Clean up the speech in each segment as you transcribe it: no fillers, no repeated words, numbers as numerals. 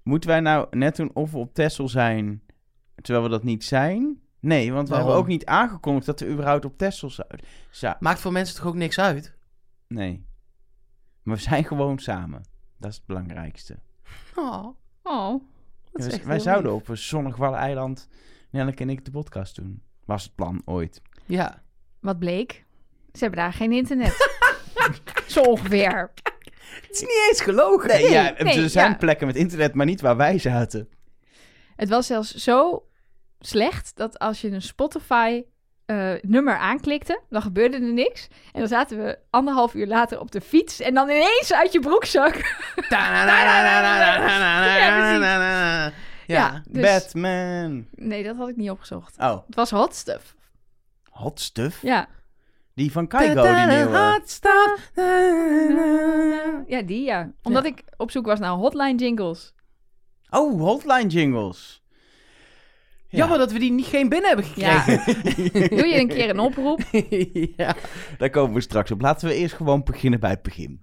Moeten wij nou net doen of we op Texel zijn, terwijl we dat niet zijn? Nee, want we Waarom? hebben ook niet aangekondigd dat we überhaupt op Texel zijn. Maakt voor mensen toch ook niks uit? Nee. Maar we zijn gewoon samen. Dat is het belangrijkste. Oh, Oh, dat is echt Wij heel zouden lief. op een zonnig Waddeneiland, Nelleke en ik, de podcast doen. Was het plan ooit. Ja. wat bleek? Ze hebben daar geen internet. Zo ongeveer. Het is niet eens gelogen. Nee, nee, er zijn ja. plekken met internet, maar niet waar wij zaten. Het was zelfs zo slecht dat als je een Spotify nummer aanklikte, dan gebeurde er niks. En dan zaten we 1,5 uur later op de fiets en dan ineens uit je broekzak. Ja, dus- Batman. Nee, dat had ik niet opgezocht. Oh, Het was hot stuff. hot stuff. Ja. Die van Kaigo, die nieuwe. Ja, die ja. Omdat ik op zoek was naar hotline jingles. Oh, hotline jingles. Ja. Jammer dat we die geen binnen hebben gekregen. Doe je een keer een oproep? Ja. Daar komen we straks op. Laten we eerst gewoon beginnen bij het begin.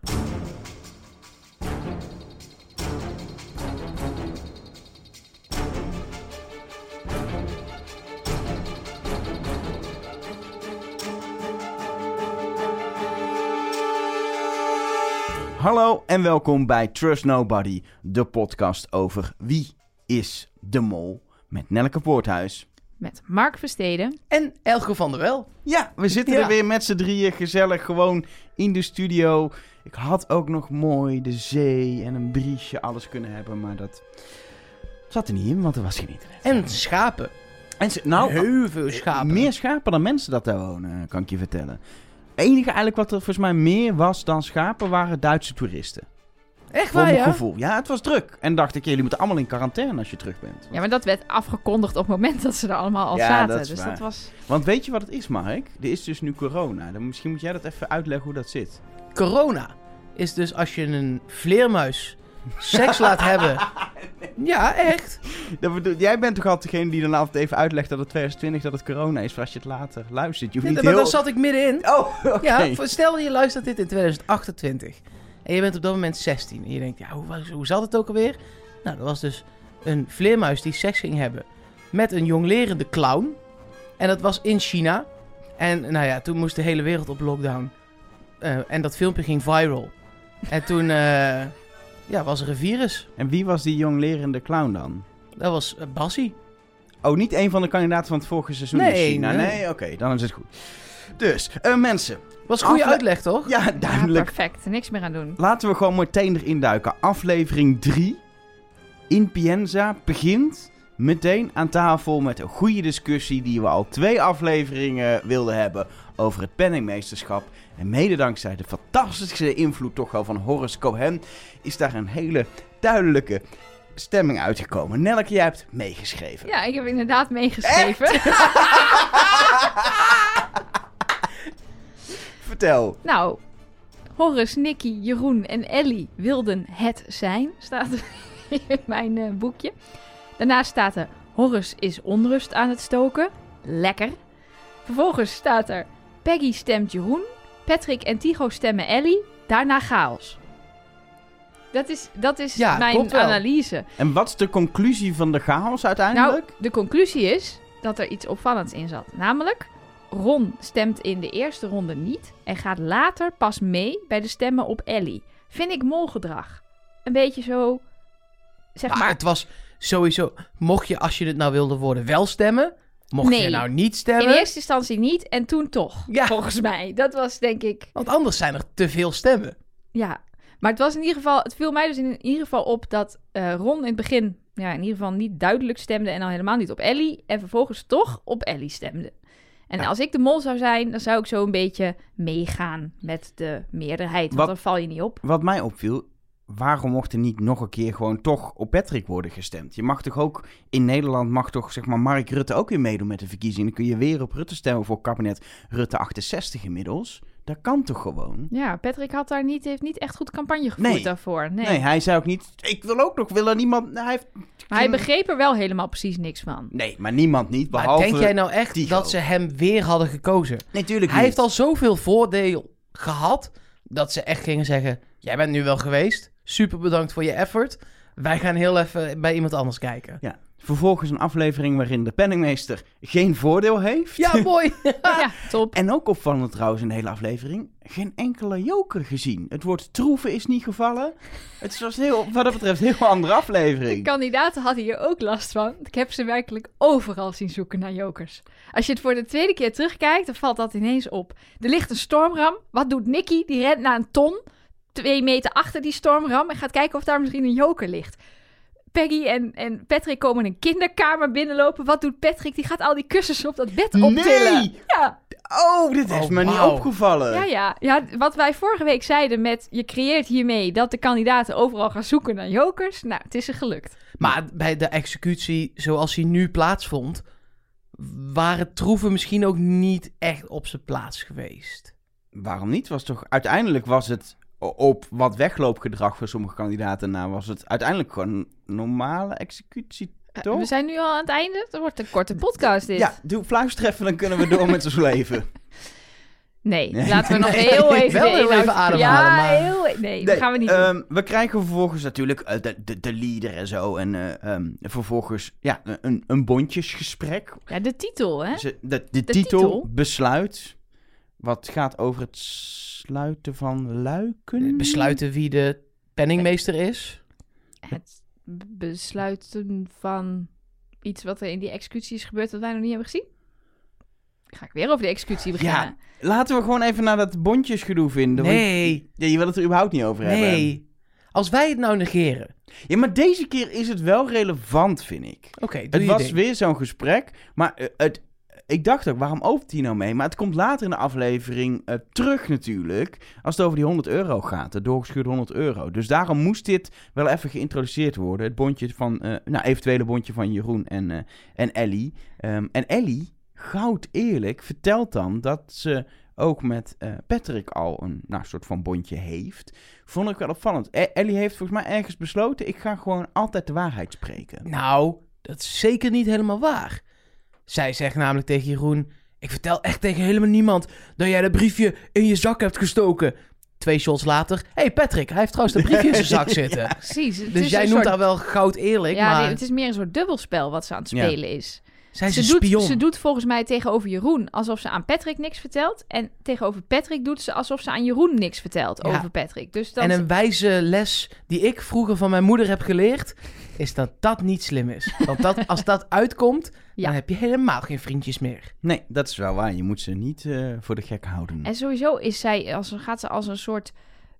Hallo en welkom bij Trust Nobody, de podcast over wie is de mol met Nelleke Poorthuis. Met Mark Versteden. En Elge van der Wel. Ja, we zitten Ja. er weer met z'n drieën gezellig gewoon in de studio. Ik had ook nog mooi de zee en een briesje alles kunnen hebben, maar dat zat er niet in, want er was geen internet. En schapen. En Heel veel schapen. meer schapen dan mensen dat daar wonen, kan ik je vertellen. Het enige eigenlijk wat er volgens mij meer was dan schapen waren Duitse toeristen. Echt Voor waar, mijn ja? gevoel. Ja, het was druk. En dacht ik, jullie moeten allemaal in quarantaine als je terug bent. Ja, maar dat werd afgekondigd op het moment dat ze er allemaal al Ja, zaten. dat is Dus waar. dat was... Want weet je wat het is, Mark? Er is dus nu corona. Misschien moet jij dat even uitleggen hoe dat zit. Corona is dus als je een vleermuis seks laat hebben. Ja, echt. Jij bent toch altijd degene die dan altijd even uitlegt dat het 2020 dat het corona is, voor als je het later luistert. Je hoeft Ja, niet maar heel... daar zat ik middenin. Oh, oké. Ja, stel je luistert dit in 2028. En je bent op dat moment 16. En je denkt, ja, hoe zat het ook alweer? Nou, dat was dus een vleermuis die seks ging hebben met een jonglerende clown. En dat was in China. En nou ja, toen moest de hele wereld op lockdown. En dat filmpje ging viral. En toen was er een virus. En wie was die jonglerende clown dan? Dat was Bassie. Oh, niet een van de kandidaten van het vorige seizoen in Nee, China? nee. Nee, oké, dan is het goed. Dus, mensen. Was een goede Afle- uitleg, toch? Ja, Ja, duidelijk. perfect. Niks meer aan doen. Laten we gewoon meteen erin duiken. Aflevering 3 in Pienza begint meteen aan tafel met een goede discussie die we al 2 afleveringen wilden hebben over het penningmeesterschap. En mede dankzij de fantastische invloed toch wel van Horace Cohen is daar een hele duidelijke stemming uitgekomen. Nelleke, jij hebt meegeschreven. Ja, ik heb inderdaad meegeschreven. Vertel. Nou, Horace, Nicky, Jeroen en Ellie wilden het zijn, staat er in mijn boekje. Daarnaast staat er, Horace is onrust aan het stoken. Lekker. Vervolgens staat er, Peggy stemt Jeroen, Patrick en Tycho stemmen Ellie, daarna chaos. Dat is Ja, mijn klopt wel. analyse. En wat is de conclusie van de chaos uiteindelijk? Nou, de conclusie is dat er iets opvallends in zat. Namelijk, Ron stemt in de eerste ronde niet en gaat later pas mee bij de stemmen op Ellie. Vind ik molgedrag. Een beetje zo, zeg Maar maar... het was sowieso... Mocht je, als je het nou wilde worden, wel stemmen? Mocht je Nee. nou niet stemmen? In eerste instantie niet en toen toch, Ja. volgens mij. Dat was denk ik, Want anders zijn er te veel stemmen. ja. Maar het was in ieder geval, het viel mij dus in ieder geval op dat Ron in het begin, ja, in ieder geval niet duidelijk stemde en al helemaal niet op Ellie. En vervolgens toch op Ellie stemde. En Ja. als ik de mol zou zijn, dan zou ik zo een beetje meegaan met de meerderheid. Want Wat- dan val je niet op. Wat mij opviel, waarom mocht er niet nog een keer gewoon toch op Patrick worden gestemd? Je mag toch ook, in Nederland mag toch zeg maar Mark Rutte ook weer meedoen met de verkiezingen. Dan kun je weer op Rutte stemmen voor kabinet Rutte 68 inmiddels. Dat kan toch gewoon? Ja, Patrick heeft niet echt goed campagne gevoerd Nee. daarvoor. Nee. Nee, hij zei ook niet, ik wil ook nog, wil er niemand... Hij heeft Maar hij begreep er wel helemaal precies niks van. Nee, maar niemand niet, Maar behalve... denk jij nou echt Tycho. dat ze hem weer hadden gekozen? Nee, tuurlijk Hij niet. heeft al zoveel voordeel gehad... dat ze echt gingen zeggen... jij bent nu wel geweest. Super bedankt voor je effort. Wij gaan heel even bij iemand anders kijken. Ja. Vervolgens een aflevering waarin de penningmeester geen voordeel heeft. Ja, mooi. Ja, top. En ook opvallend trouwens in de hele aflevering, geen enkele joker gezien. Het woord troeven is niet gevallen. Het was wat dat betreft een heel andere De aflevering. kandidaten hadden hier ook last van. Ik heb ze werkelijk overal zien zoeken naar jokers. Als je het voor de tweede keer terugkijkt, dan valt dat ineens op. Er ligt een stormram. Wat doet Nicky? Die rent naar een ton, 2 meter achter die stormram en gaat kijken of daar misschien een joker ligt. Peggy en Patrick komen een kinderkamer binnenlopen. Wat doet Patrick? Die gaat al die kussens op dat bed optillen. Nee! Ja. Oh, dit is me niet wauw. opgevallen. Ja, wat wij vorige week zeiden met... je creëert hiermee dat de kandidaten overal gaan zoeken naar jokers. Nou, het is ze gelukt. Maar bij de executie zoals die nu plaatsvond... waren troeven misschien ook niet echt op zijn plaats geweest. Waarom niet? Uiteindelijk was het op wat wegloopgedrag voor sommige kandidaten na... was het uiteindelijk gewoon een normale executie, toch? We zijn nu al aan het einde. Het wordt een korte podcast dit. Ja, doe fluister even, dan kunnen we door met ons leven. Nee, Nee. laten we nog Nee, heel even... wel heel even ademhalen, maar- Nee, dat gaan we niet doen. We krijgen vervolgens natuurlijk de leader en zo. En vervolgens een bondjesgesprek. Ja, de titel, hè? De titel? titel besluit. Wat gaat over het sluiten van luiken. Besluiten wie de penningmeester is. Het besluiten van iets wat er in die executie is gebeurd... dat wij nog niet hebben gezien. Ga ik weer over de executie beginnen. Ja, laten we gewoon even naar dat bondjesgedoe vinden. Nee, Want, je wil het er überhaupt niet over hebben. nee. Als wij het nou negeren... Ja, maar deze keer is het wel relevant, vind ik. Oké, doe Het je was ding. weer zo'n gesprek, maar ik dacht ook, waarom opent hij nou mee? Maar het komt later in de aflevering terug natuurlijk, als het over die €100 gaat, de doorgeschuurde €100. Dus daarom moest dit wel even geïntroduceerd worden, het bondje van, eventuele bondje van Jeroen en Ellie. En Ellie, goud eerlijk, vertelt dan dat ze ook met Patrick al een soort van bondje heeft. Vond ik wel opvallend. Ellie heeft volgens mij ergens besloten, ik ga gewoon altijd de waarheid spreken. Nou, dat is zeker niet helemaal waar. Zij zegt namelijk tegen Jeroen... Ik vertel echt tegen helemaal niemand dat jij dat briefje in je zak hebt gestoken. 2 shots later... Hey Patrick, hij heeft trouwens dat briefje in zijn zak zitten. Ja. Precies. Het Dus is jij een noemt soort... haar wel goud eerlijk, Ja, maar... nee, het is meer een soort dubbelspel wat ze aan het Ja. spelen is. Zij is een spion. Ze doet volgens mij tegenover Jeroen alsof ze aan Patrick niks vertelt. En tegenover Patrick doet ze alsof ze aan Jeroen niks vertelt Ja. over Patrick. Dus dan En een wijze les die ik vroeger van mijn moeder heb geleerd... is dat dat niet slim is. Want als dat uitkomt, Ja. dan heb je helemaal geen vriendjes meer. Nee, dat is wel waar. Je moet ze niet voor de gek houden. En sowieso is gaat ze als een soort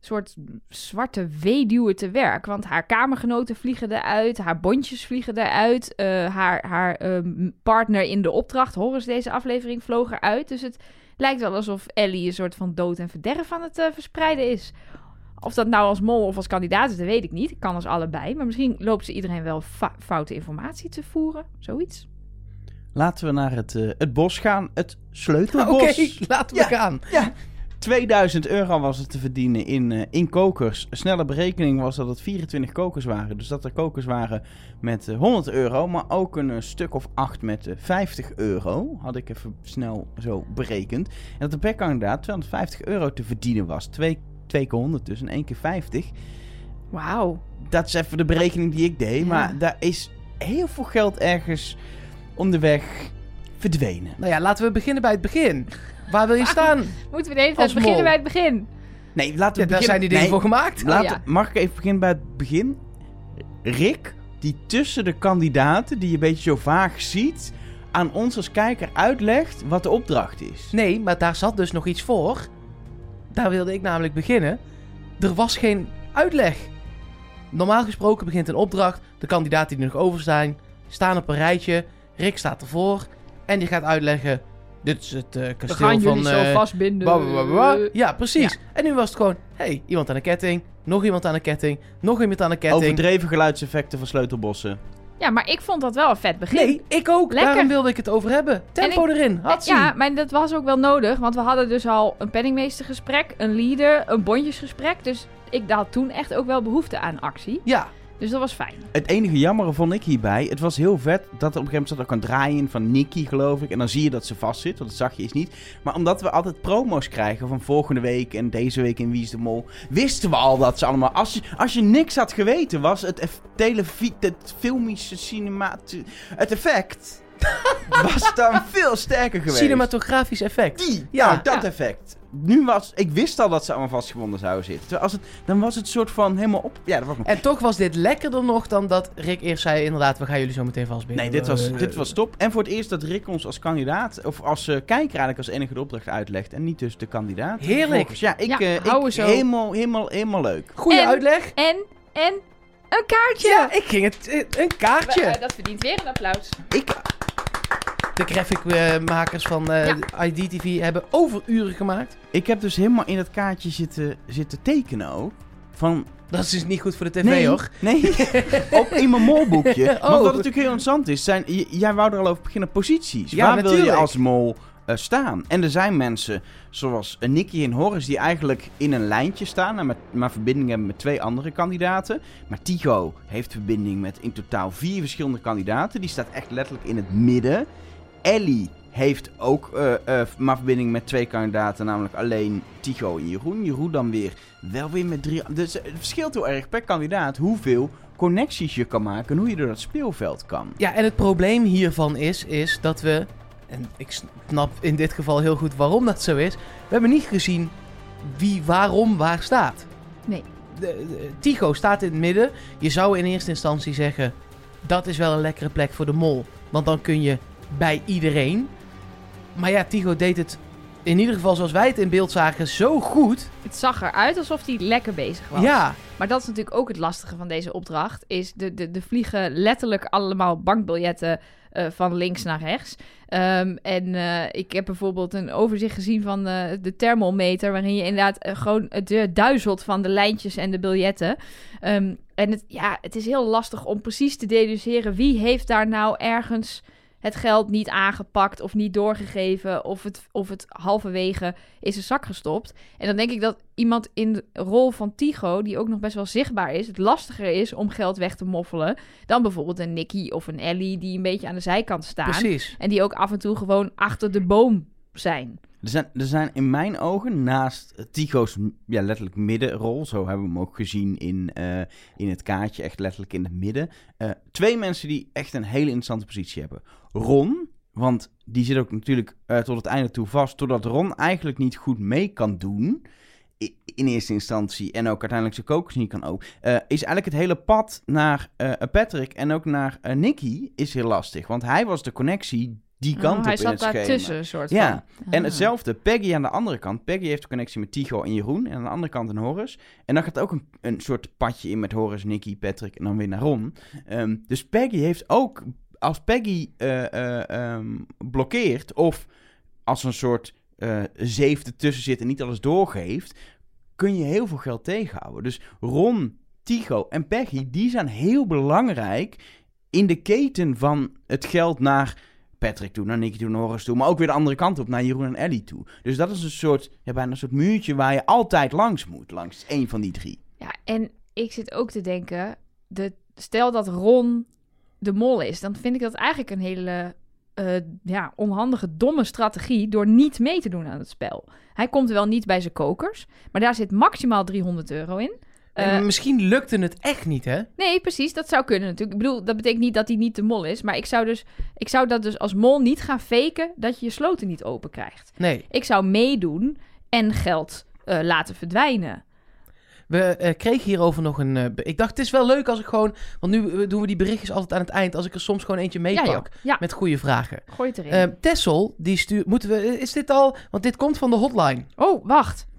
zwarte weduwe te werk. Want haar kamergenoten vliegen eruit. Haar bondjes vliegen eruit. Haar partner in de opdracht, Horace deze aflevering, vloog eruit. Dus het lijkt wel alsof Ellie een soort van dood en verderf aan het verspreiden is. Of dat nou als mol of als kandidaat is, dat weet ik niet. Kan als allebei. Maar misschien loopt ze iedereen wel foute informatie te voeren. Zoiets. Laten we naar het bos gaan. Het sleutelbos. Oké, laten we gaan. Ja, €2000 was het te verdienen in kokers. Een snelle berekening was dat het 24 kokers waren. Dus dat er kokers waren met €100. Maar ook een stuk of 8 met €50. Had ik even snel zo berekend. En dat er per kandidaat €250 te verdienen was. 2 keer 100 dus en 1 keer 50. Wauw. Dat is even de berekening die ik deed. Ja. Maar daar is heel veel geld ergens onderweg verdwenen. Nou ja, laten we beginnen bij het begin. Waar wil je staan? Moeten we de hele tijd Als beginnen mol. bij het begin? Nee, laten we Ja, daar beginnen. zijn die dingen Nee, voor gemaakt. ja. Mag ik even beginnen bij het begin? Rick, die tussen de kandidaten, die je een beetje zo vaag ziet, aan ons als kijker uitlegt wat de opdracht is. Nee, maar daar zat dus nog iets voor. Daar wilde ik namelijk beginnen. Er was geen uitleg. Normaal gesproken begint een opdracht. De kandidaten die er nog over zijn, staan op een rijtje. Rick staat ervoor. En die gaat uitleggen... Dit is het We kasteel gaan van... jullie zo vastbinden. Ja, precies. En nu was het gewoon... Hey, iemand aan de ketting. Nog iemand aan de ketting. Nog iemand aan de ketting. Overdreven geluidseffecten van sleutelbossen. Ja, maar ik vond dat wel een vet begin. Nee, ik ook. Lekker. Daarom wilde ik het over hebben. Tempo erin. Hatsie. Ja, maar dat was ook wel nodig. Want we hadden dus al een penningmeestergesprek, een leader, een bondjesgesprek. Dus ik had toen echt ook wel behoefte aan actie. Ja. Dus dat was fijn. Het enige jammere vond ik hierbij, het was heel vet dat er op een gegeven moment zat ook een draai in van Nikki, geloof ik. En dan zie je dat ze vast zit, want dat zag je eens niet. Maar omdat we altijd promo's krijgen van volgende week en deze week in Wie is de Mol, wisten we al dat ze allemaal... Als je niks had geweten, was het filmische het effect... was dan veel sterker geweest. Cinematografisch effect. Dat effect. Ik wist al dat ze allemaal vastgebonden zouden zitten. Terwijl dan was het soort van helemaal op... Ja, dat was En toch was dit lekkerder nog dan dat Rick eerst zei... inderdaad, we gaan jullie zo meteen vastbinden. Nee, dit was top. En voor het eerst dat Rick ons als kandidaat... of als kijker eigenlijk als enige de opdracht uitlegt... en niet dus de kandidaat. Heerlijk. Ja, helemaal leuk. Goeie uitleg. En een kaartje. Ja, ik ging een kaartje. Dat verdient weer een applaus. De graphicmakers van IDTV hebben overuren gemaakt. Ik heb dus helemaal in het kaartje zitten tekenen ook. Dat is dus niet goed voor de tv, hoor. Nee, in mijn molboekje. Want wat natuurlijk heel interessant is, jij wou er al over beginnen, posities. Ja, waar natuurlijk. wil je als mol staan? En er zijn mensen zoals Nikki en Horace die eigenlijk in een lijntje staan... maar verbinding hebben met 2 andere kandidaten. Maar Tycho heeft verbinding met in totaal 4 verschillende kandidaten. Die staat echt letterlijk in het midden. Ellie heeft ook maar verbinding met 2 kandidaten, namelijk alleen Tycho en Jeroen. Jeroen dan wel weer met 3... Dus het verschilt heel erg per kandidaat hoeveel connecties je kan maken en hoe je door dat speelveld kan. Ja, en het probleem hiervan is dat we... En ik snap in dit geval heel goed waarom dat zo is. We hebben niet gezien wie waarom waar staat. Nee. Tycho staat in het midden. Je zou in eerste instantie zeggen... dat is wel een lekkere plek voor de mol. Want dan kun je bij iedereen. Maar ja, Tycho deed het in ieder geval zoals wij het in beeld zagen zo goed. Het zag eruit alsof hij lekker bezig was. Ja. Maar dat is natuurlijk ook het lastige van deze opdracht. Is de vliegen letterlijk allemaal bankbiljetten van links naar rechts. Ik heb bijvoorbeeld een overzicht gezien van de thermometer... waarin je inderdaad gewoon duizelt van de lijntjes en de biljetten. Het is heel lastig om precies te deduceren... wie heeft daar nou ergens het geld niet aangepakt of niet doorgegeven... of het halverwege in zijn zak gestopt. En dan denk ik dat iemand in de rol van Tycho... die ook nog best wel zichtbaar is... het lastiger is om geld weg te moffelen... dan bijvoorbeeld een Nikki of een Ellie... die een beetje aan de zijkant staan. Precies. En die ook af en toe gewoon achter de boom zijn. Er zijn in mijn ogen naast Tycho's letterlijk middenrol... zo hebben we hem ook gezien in het kaartje, echt letterlijk in het midden... 2 mensen die echt een hele interessante positie hebben. Ron, want die zit ook natuurlijk tot het einde toe vast... doordat Ron eigenlijk niet goed mee kan doen... in eerste instantie en ook uiteindelijk zijn kokers niet kan ook... is eigenlijk het hele pad naar Patrick en ook naar Nikki is heel lastig. Want hij was de connectie die kant op in het schema. Hij zat daartussen, soort van. Ja, en hetzelfde, Peggy aan de andere kant. Peggy heeft de connectie met Tycho en Jeroen en aan de andere kant een Horace. En dan gaat ook een soort padje in met Horace, Nikki, Patrick en dan weer naar Ron. Dus Peggy heeft ook... Als Peggy blokkeert of als een soort zeef ertussen zit en niet alles doorgeeft... kun je heel veel geld tegenhouden. Dus Ron, Tycho en Peggy, die zijn heel belangrijk in de keten van het geld naar Patrick toe, naar Nikki toe, naar Horace toe, maar ook weer de andere kant op, naar Jeroen en Ellie toe. Dus dat is een soort, bijna een soort muurtje waar je altijd langs moet, langs één van die 3. Ja, en ik zit ook te denken, stel dat Ron de mol is, dan vind ik dat eigenlijk een hele onhandige, domme strategie door niet mee te doen aan het spel. Hij komt wel niet bij zijn kokers, maar daar zit maximaal €300 in. En misschien lukte het echt niet, hè? Nee, precies. Dat zou kunnen natuurlijk. Ik bedoel, dat betekent niet dat hij niet de mol is. Maar ik zou dat dus als mol niet gaan faken dat je je sloten niet open krijgt. Nee. Ik zou meedoen en geld laten verdwijnen. We kregen hierover nog een... ik dacht, het is wel leuk als ik gewoon... Want nu doen we die berichtjes altijd aan het eind. Als ik er soms gewoon eentje meepak. Ja. Met goede vragen. Gooi het erin. Tessel, die stuurt... Moeten we... Is dit al... Want dit komt van de hotline. Oh, wacht.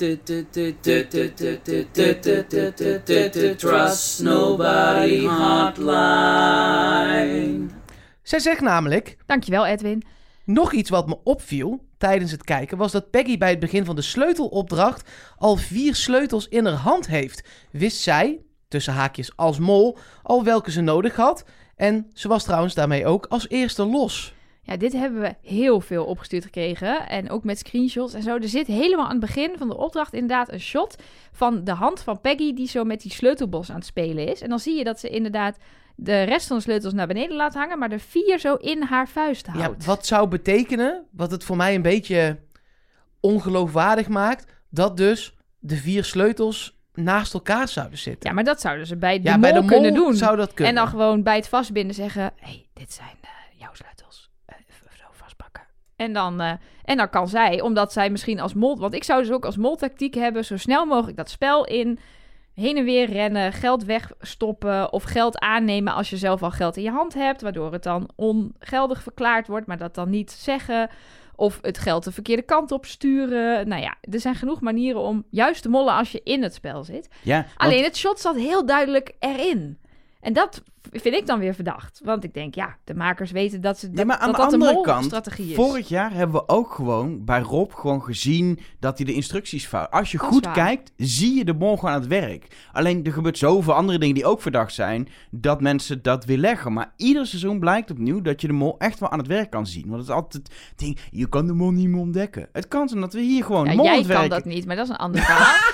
Trust Nobody Hotline. Zij zegt namelijk... Dankjewel, Edwin. Nog iets wat me opviel tijdens het kijken was dat Peggy bij het begin van de sleutelopdracht al 4 sleutels in haar hand heeft. Wist zij, tussen haakjes als mol, al welke ze nodig had. En ze was trouwens daarmee ook als eerste los. Ja, dit hebben we heel veel opgestuurd gekregen. En ook met screenshots en zo. Er zit helemaal aan het begin van de opdracht inderdaad een shot van de hand van Peggy die zo met die sleutelbos aan het spelen is. En dan zie je dat ze inderdaad de rest van de sleutels naar beneden laat hangen, maar de 4 zo in haar vuist houdt. Ja, wat zou betekenen, wat het voor mij een beetje ongeloofwaardig maakt, dat dus de 4 sleutels naast elkaar zouden zitten. Ja, maar dat zouden ze bij de Ja, mol bij de kunnen mol doen. zou dat kunnen. En dan gewoon bij het vastbinden zeggen, hey, dit zijn jouw sleutels. Even zo vastpakken. En dan kan zij, omdat zij misschien als mol... Want ik zou dus ook als moltactiek hebben, zo snel mogelijk dat spel in, heen en weer rennen, geld wegstoppen of geld aannemen als je zelf al geld in je hand hebt, waardoor het dan ongeldig verklaard wordt, maar dat dan niet zeggen. Of het geld de verkeerde kant op sturen. Nou ja, er zijn genoeg manieren om juist te mollen als je in het spel zit. Ja, Alleen het shot zat heel duidelijk erin. En dat vind ik dan weer verdacht. Want ik denk, ja, de makers weten dat ze maar aan de dat een andere kant, molstrategie is. vorig jaar hebben we ook gewoon bij Rob gewoon gezien dat hij de instructies fout. Als je Dat is goed waar. kijkt, zie je de mol gewoon aan het werk. Alleen er gebeurt zoveel andere dingen die ook verdacht zijn, dat mensen dat weerleggen. Maar ieder seizoen blijkt opnieuw dat je de mol echt wel aan het werk kan zien. Want het is altijd het ding, je kan de mol niet meer ontdekken. Het kan zijn dat we hier gewoon Ja, mol aan jij het kan werken. dat niet, maar dat is een ander verhaal.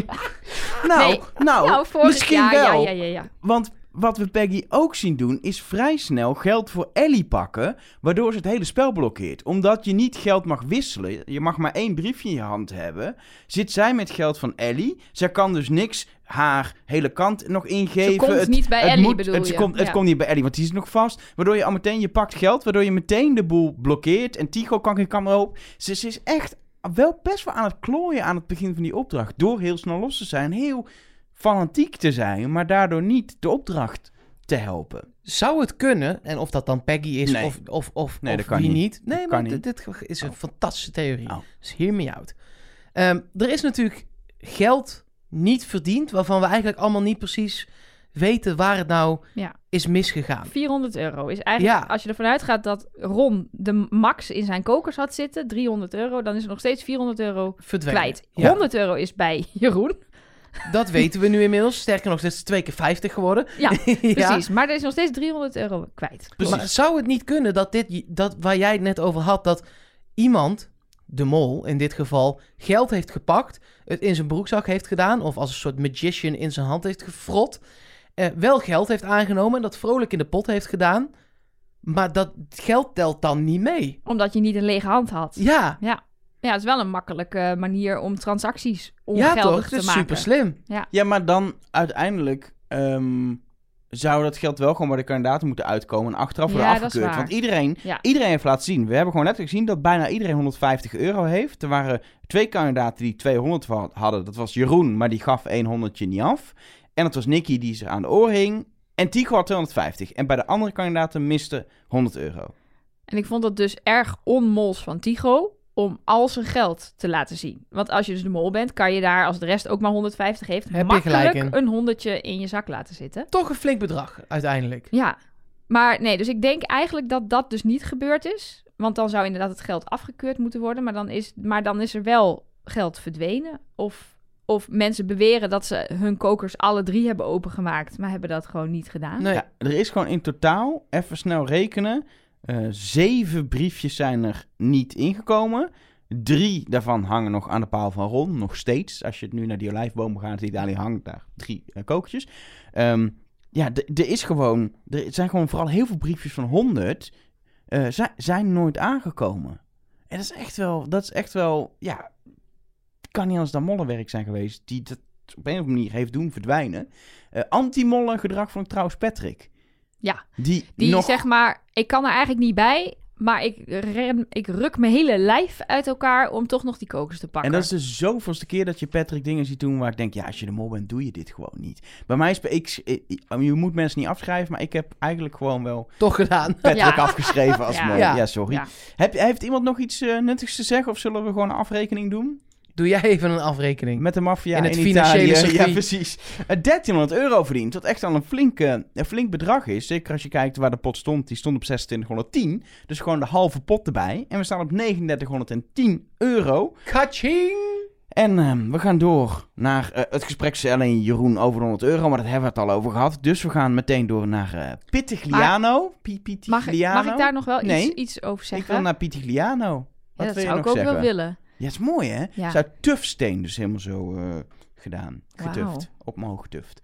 Nou, vorig misschien jaar, wel. Ja. Want wat we Peggy ook zien doen, is vrij snel geld voor Ellie pakken, waardoor ze het hele spel blokkeert. Omdat je niet geld mag wisselen, je mag maar 1 briefje in je hand hebben, zit zij met geld van Ellie. Zij kan dus niks haar hele kant nog ingeven. Ze komt niet bij Ellie, bedoel je? Het komt niet bij Ellie, want die is nog vast. Waardoor je al meteen, je pakt geld, waardoor je meteen de boel blokkeert. En Tycho kan geen kamera op. Ze is echt wel best wel aan het klooien aan het begin van die opdracht. Door heel snel los te zijn, heel fanatiek te zijn, maar daardoor niet de opdracht te helpen. Zou het kunnen, en of dat dan Peggy is Nee. of Dat kan wie niet. niet. Nee, Dat maar kan niet. dit is een fantastische theorie. Oh. Dus hear me out. Er is natuurlijk geld niet verdiend, waarvan we eigenlijk allemaal niet precies weten waar het nou Ja. is misgegaan. €400 is eigenlijk, Ja. als je ervan uitgaat dat Ron de max in zijn kokers had zitten, €300, dan is er nog steeds €400 Verdwenen. kwijt. Ja. €100 is bij Jeroen. Dat weten we nu inmiddels. Sterker nog, dit is 2 keer 50 geworden. Ja, Ja. precies. Maar er is nog steeds €300 kwijt. Precies. Maar zou het niet kunnen dat waar jij het net over had, dat iemand, de mol in dit geval, geld heeft gepakt, het in zijn broekzak heeft gedaan, of als een soort magician in zijn hand heeft gefrot, wel geld heeft aangenomen en dat vrolijk in de pot heeft gedaan, maar dat geld telt dan niet mee? Omdat je niet een lege hand had. Ja, Ja, het is wel een makkelijke manier om transacties ja ongeldig toch? te Het is maken. super slim. Ja, maar dan uiteindelijk zou dat geld wel gewoon bij de kandidaten moeten uitkomen en achteraf worden Ja, dat is afgekeurd. waar. Want iedereen Ja. heeft laten zien. We hebben gewoon letterlijk gezien dat bijna iedereen €150 heeft. Er waren 2 kandidaten die 200 hadden. Dat was Jeroen, maar die gaf 100 niet af. En dat was Nicky die ze aan de oor hing. En Tycho had 250. En bij de andere kandidaten miste €100. En ik vond het dus erg onmols van Tycho om al zijn geld te laten zien. Want als je dus de mol bent, kan je daar, als de rest ook maar 150 heeft, Heb je gelijk makkelijk in. een 100 in je zak laten zitten. Toch een flink bedrag uiteindelijk. Ja, maar nee, dus ik denk eigenlijk dat dat dus niet gebeurd is. Want dan zou inderdaad het geld afgekeurd moeten worden. Maar dan is er wel geld verdwenen. Of mensen beweren dat ze hun kokers alle 3 hebben opengemaakt, maar hebben dat gewoon niet gedaan. Nee. Ja, er is gewoon in totaal, even snel rekenen, 7 briefjes zijn er niet ingekomen. 3 daarvan hangen nog aan de paal van Ron, nog steeds. Als je nu naar die olijfboom gaat, die daar hangt daar 3 kookjes. Ja, er zijn gewoon vooral heel veel briefjes van 100 zijn nooit aangekomen. En dat is echt wel, ja, het kan niet anders dan mollenwerk zijn geweest, die dat op een of andere manier heeft doen verdwijnen. Anti-mollen gedrag van trouwens Patrick. Ja, Die die zeg maar, ik kan er eigenlijk niet bij, maar ik ruk mijn hele lijf uit elkaar om toch nog die kokers te pakken. En dat is de zoveelste keer dat je Patrick dingen ziet doen waar ik denk, ja, als je de mol bent, doe je dit gewoon niet. Bij mij is, je moet mensen niet afschrijven, maar ik heb eigenlijk gewoon wel Toch gedaan. Patrick Ja. afgeschreven als Ja. mol. Ja. Ja, sorry. Ja. Heeft iemand nog iets nuttigs te zeggen of zullen we gewoon een afrekening doen? Doe jij even een afrekening. Met de maffia In in het Italië. financiële circuit. Ja, precies. €1300 verdiend, wat echt al een flink bedrag is. Zeker als je kijkt waar de pot stond. Die stond op 2610. Dus gewoon de halve pot erbij. En we staan op €3910. Kaching! En we gaan door naar het gesprek tussen Ellen en Jeroen over €100. Maar dat hebben we het al over gehad. Dus we gaan meteen door naar Pitigliano. Mag ik daar nog wel iets over zeggen? Ik wil naar Pitigliano. Ja, dat zou ik ook wel willen. Ja, het is mooi, hè? Ja. Het is uit tufsteen, dus helemaal zo gedaan. Getuft. Wauw. Op omhoog getuft.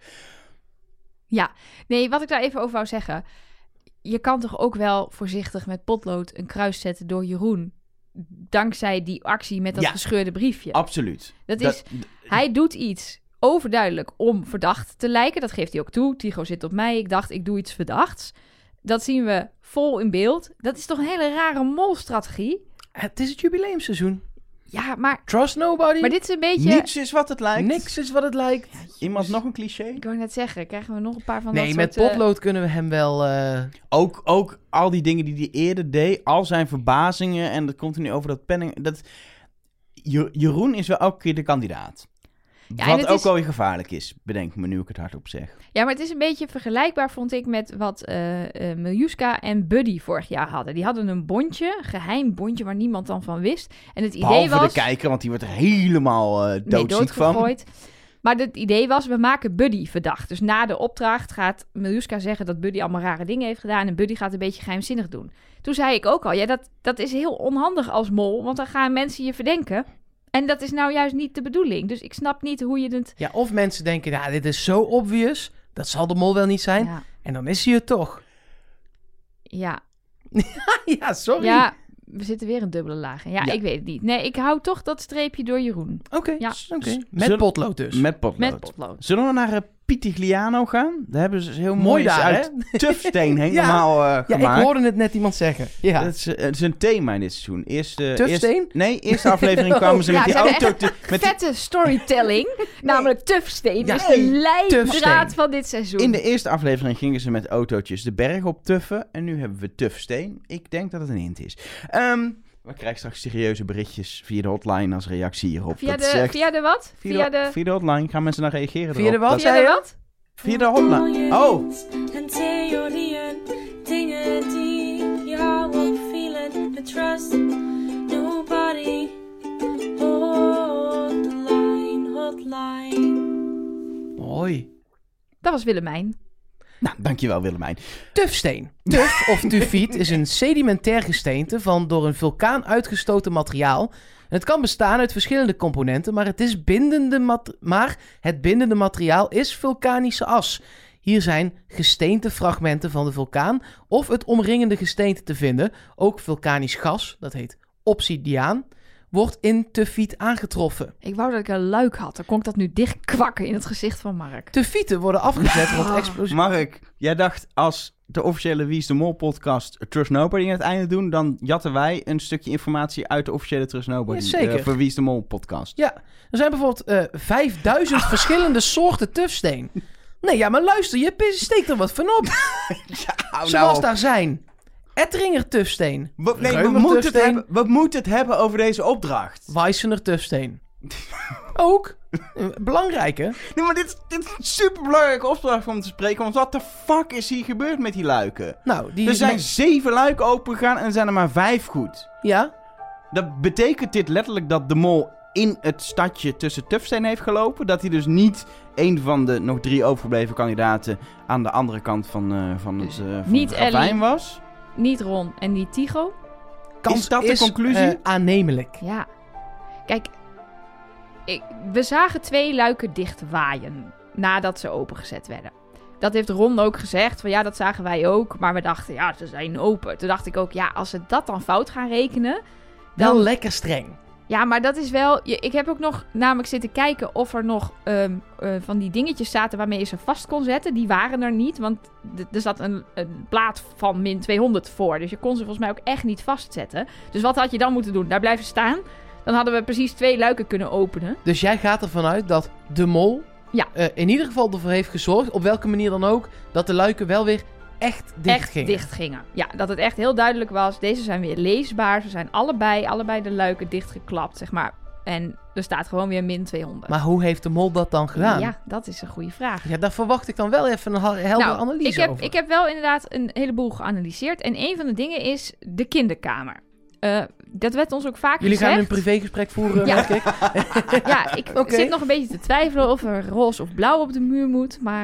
Ja, nee, wat ik daar even over wou zeggen. Je kan toch ook wel voorzichtig met potlood een kruis zetten door Jeroen. Dankzij die actie met dat gescheurde briefje. Absoluut. Hij doet iets overduidelijk om verdacht te lijken. Dat geeft hij ook toe. Tycho zit op mij. Ik dacht, ik doe iets verdachts. Dat zien we vol in beeld. Dat is toch een hele rare molstrategie? Het is het jubileumseizoen. Ja, maar... Trust nobody. Maar dit is een beetje... Niets is wat het lijkt. Niks is wat het lijkt. Iemand nog een cliché? Ik wou net zeggen, krijgen we nog een paar van Nee, dat met soort... potlood kunnen we hem wel... Ook al die dingen die hij eerder deed, al zijn verbazingen en dat continu over dat penning. Jeroen is wel elke keer de kandidaat. Ja, wat ook wel weer gevaarlijk is, bedenk me nu ik het hardop zeg. Ja, maar het is een beetje vergelijkbaar, vond ik, met wat Miljuska en Buddy vorig jaar hadden. Die hadden een bondje, een geheim bondje waar niemand dan van wist. En het idee Behalve was... de kijker, want die wordt er helemaal doodziek van. Maar het idee was, we maken Buddy verdacht. Dus na de opdracht gaat Miljuska zeggen dat Buddy allemaal rare dingen heeft gedaan. En Buddy gaat een beetje geheimzinnig doen. Toen zei ik ook al, ja, dat is heel onhandig als mol. Want dan gaan mensen je verdenken. En dat is nou juist niet de bedoeling. Dus ik snap niet hoe je het... Ja, of mensen denken, ja, dit is zo obvious. Dat zal de mol wel niet zijn. Ja. En dan is hij het toch. Ja. Ja, sorry. Ja, we zitten weer een dubbele laag. Ja, Ja. ik weet het niet. Nee, ik hou toch dat streepje door Jeroen. Oké. Ja. Met potlood dus. Met potlood. Met potlood. Zullen we naar Pitigliano gaan? Daar hebben ze heel Mooi mooi daar, uit tufsteen helemaal Ja, gemaakt. ik hoorde het net iemand zeggen. Ja. Het is een thema in dit seizoen. Tufsteen? Eerste aflevering kwamen ze met die ze hebben auto... met die- Vette storytelling. Namelijk tufsteen. Ja, Dat is de leidraad tufsteen. van dit seizoen. In de eerste aflevering gingen ze met autootjes de berg op tuffen. En nu hebben we tufsteen. Ik denk dat het een hint is. We krijgen straks serieuze berichtjes via de hotline als reactie hierop. Via Dat is echt- de wat? Via de hotline gaan mensen naar reageren. Via de erop. wat? Dat- Via de wat? Via de hotline. Oh, En theorieën, dingen die jou opvielen. En trust nobody. Hotline. Mooi. Dat was Willemijn. nou, dankjewel Willemijn. Tufsteen. Tuf of tufiet is een sedimentair gesteente van door een vulkaan uitgestoten materiaal. Het kan bestaan uit verschillende componenten, maar het bindende materiaal is vulkanische as. Hier zijn gesteentefragmenten van de vulkaan of het omringende gesteente te vinden. Ook vulkanisch gas, dat heet obsidiaan, wordt in tufiet aangetroffen. Ik wou dat ik een luik had. Dan kon ik dat nu dicht kwakken in het gezicht van Mark. Tufieten worden afgezet rond explosief. Mark, jij dacht als de officiële Wie is de Mol podcast Trust Nobody aan het einde doen, dan jatten wij een stukje informatie uit de officiële Trust Nobody Ja, zeker. voor Wie is de Mol podcast. Ja, er zijn bijvoorbeeld 5000 verschillende soorten tufsteen. Nee, ja, maar luister, je steekt er wat van op. Zoals daar zijn Ettringer tufsteen, We Reumer moeten tufsteen, we moeten het hebben over deze opdracht. Weissener tufsteen. Ook. Belangrijk, hè? Nee, maar dit is een superbelangrijke opdracht om te spreken, want wat de fuck is hier gebeurd met die luiken? Nou, die Er zijn 7 luiken opengegaan en er zijn er maar 5 goed. Ja, Dat betekent dit letterlijk dat de mol in het stadje tussen Tufsteen heeft gelopen? Dat hij dus niet een van de nog 3 overgebleven kandidaten aan de andere kant van niet het ravijn Ellie. was? Niet Ron en niet Tycho. kans Is dat de conclusie? Aannemelijk. Ja. Kijk, we zagen 2 luiken dicht waaien nadat ze opengezet werden. Dat heeft Ron ook gezegd, van ja, dat zagen wij ook. Maar we dachten, ja, ze zijn open. Toen dacht ik ook, ja, als ze dat dan fout gaan rekenen... Wel Dan, lekker streng. ja, maar dat is wel... Ik heb ook nog namelijk zitten kijken of er nog van die dingetjes zaten waarmee je ze vast kon zetten. Die waren er niet, want er zat een plaat van min 200 voor. Dus je kon ze volgens mij ook echt niet vastzetten. Dus wat had je dan moeten doen? Daar blijven staan. Dan hadden we precies 2 luiken kunnen openen. Dus jij gaat ervan uit dat de mol Ja. in ieder geval ervoor heeft gezorgd, op welke manier dan ook, dat de luiken wel weer echt dicht gingen. Dicht gingen. Ja, dat het echt heel duidelijk was. Deze zijn weer leesbaar. Ze zijn allebei de luiken dichtgeklapt, zeg maar. En er staat gewoon weer min 200. Maar hoe heeft de mol dat dan gedaan? Ja, dat is een goede vraag. Ja, daar verwacht ik dan wel even een heldere analyse over. Ik heb wel inderdaad een heleboel geanalyseerd. En een van de dingen is de kinderkamer. Dat werd ons ook vaak Jullie gezegd. gaan een privégesprek voeren, Ja. merk ik. Ja, ik Oké. zit nog een beetje te twijfelen of er roze of blauw op de muur moet. Maar,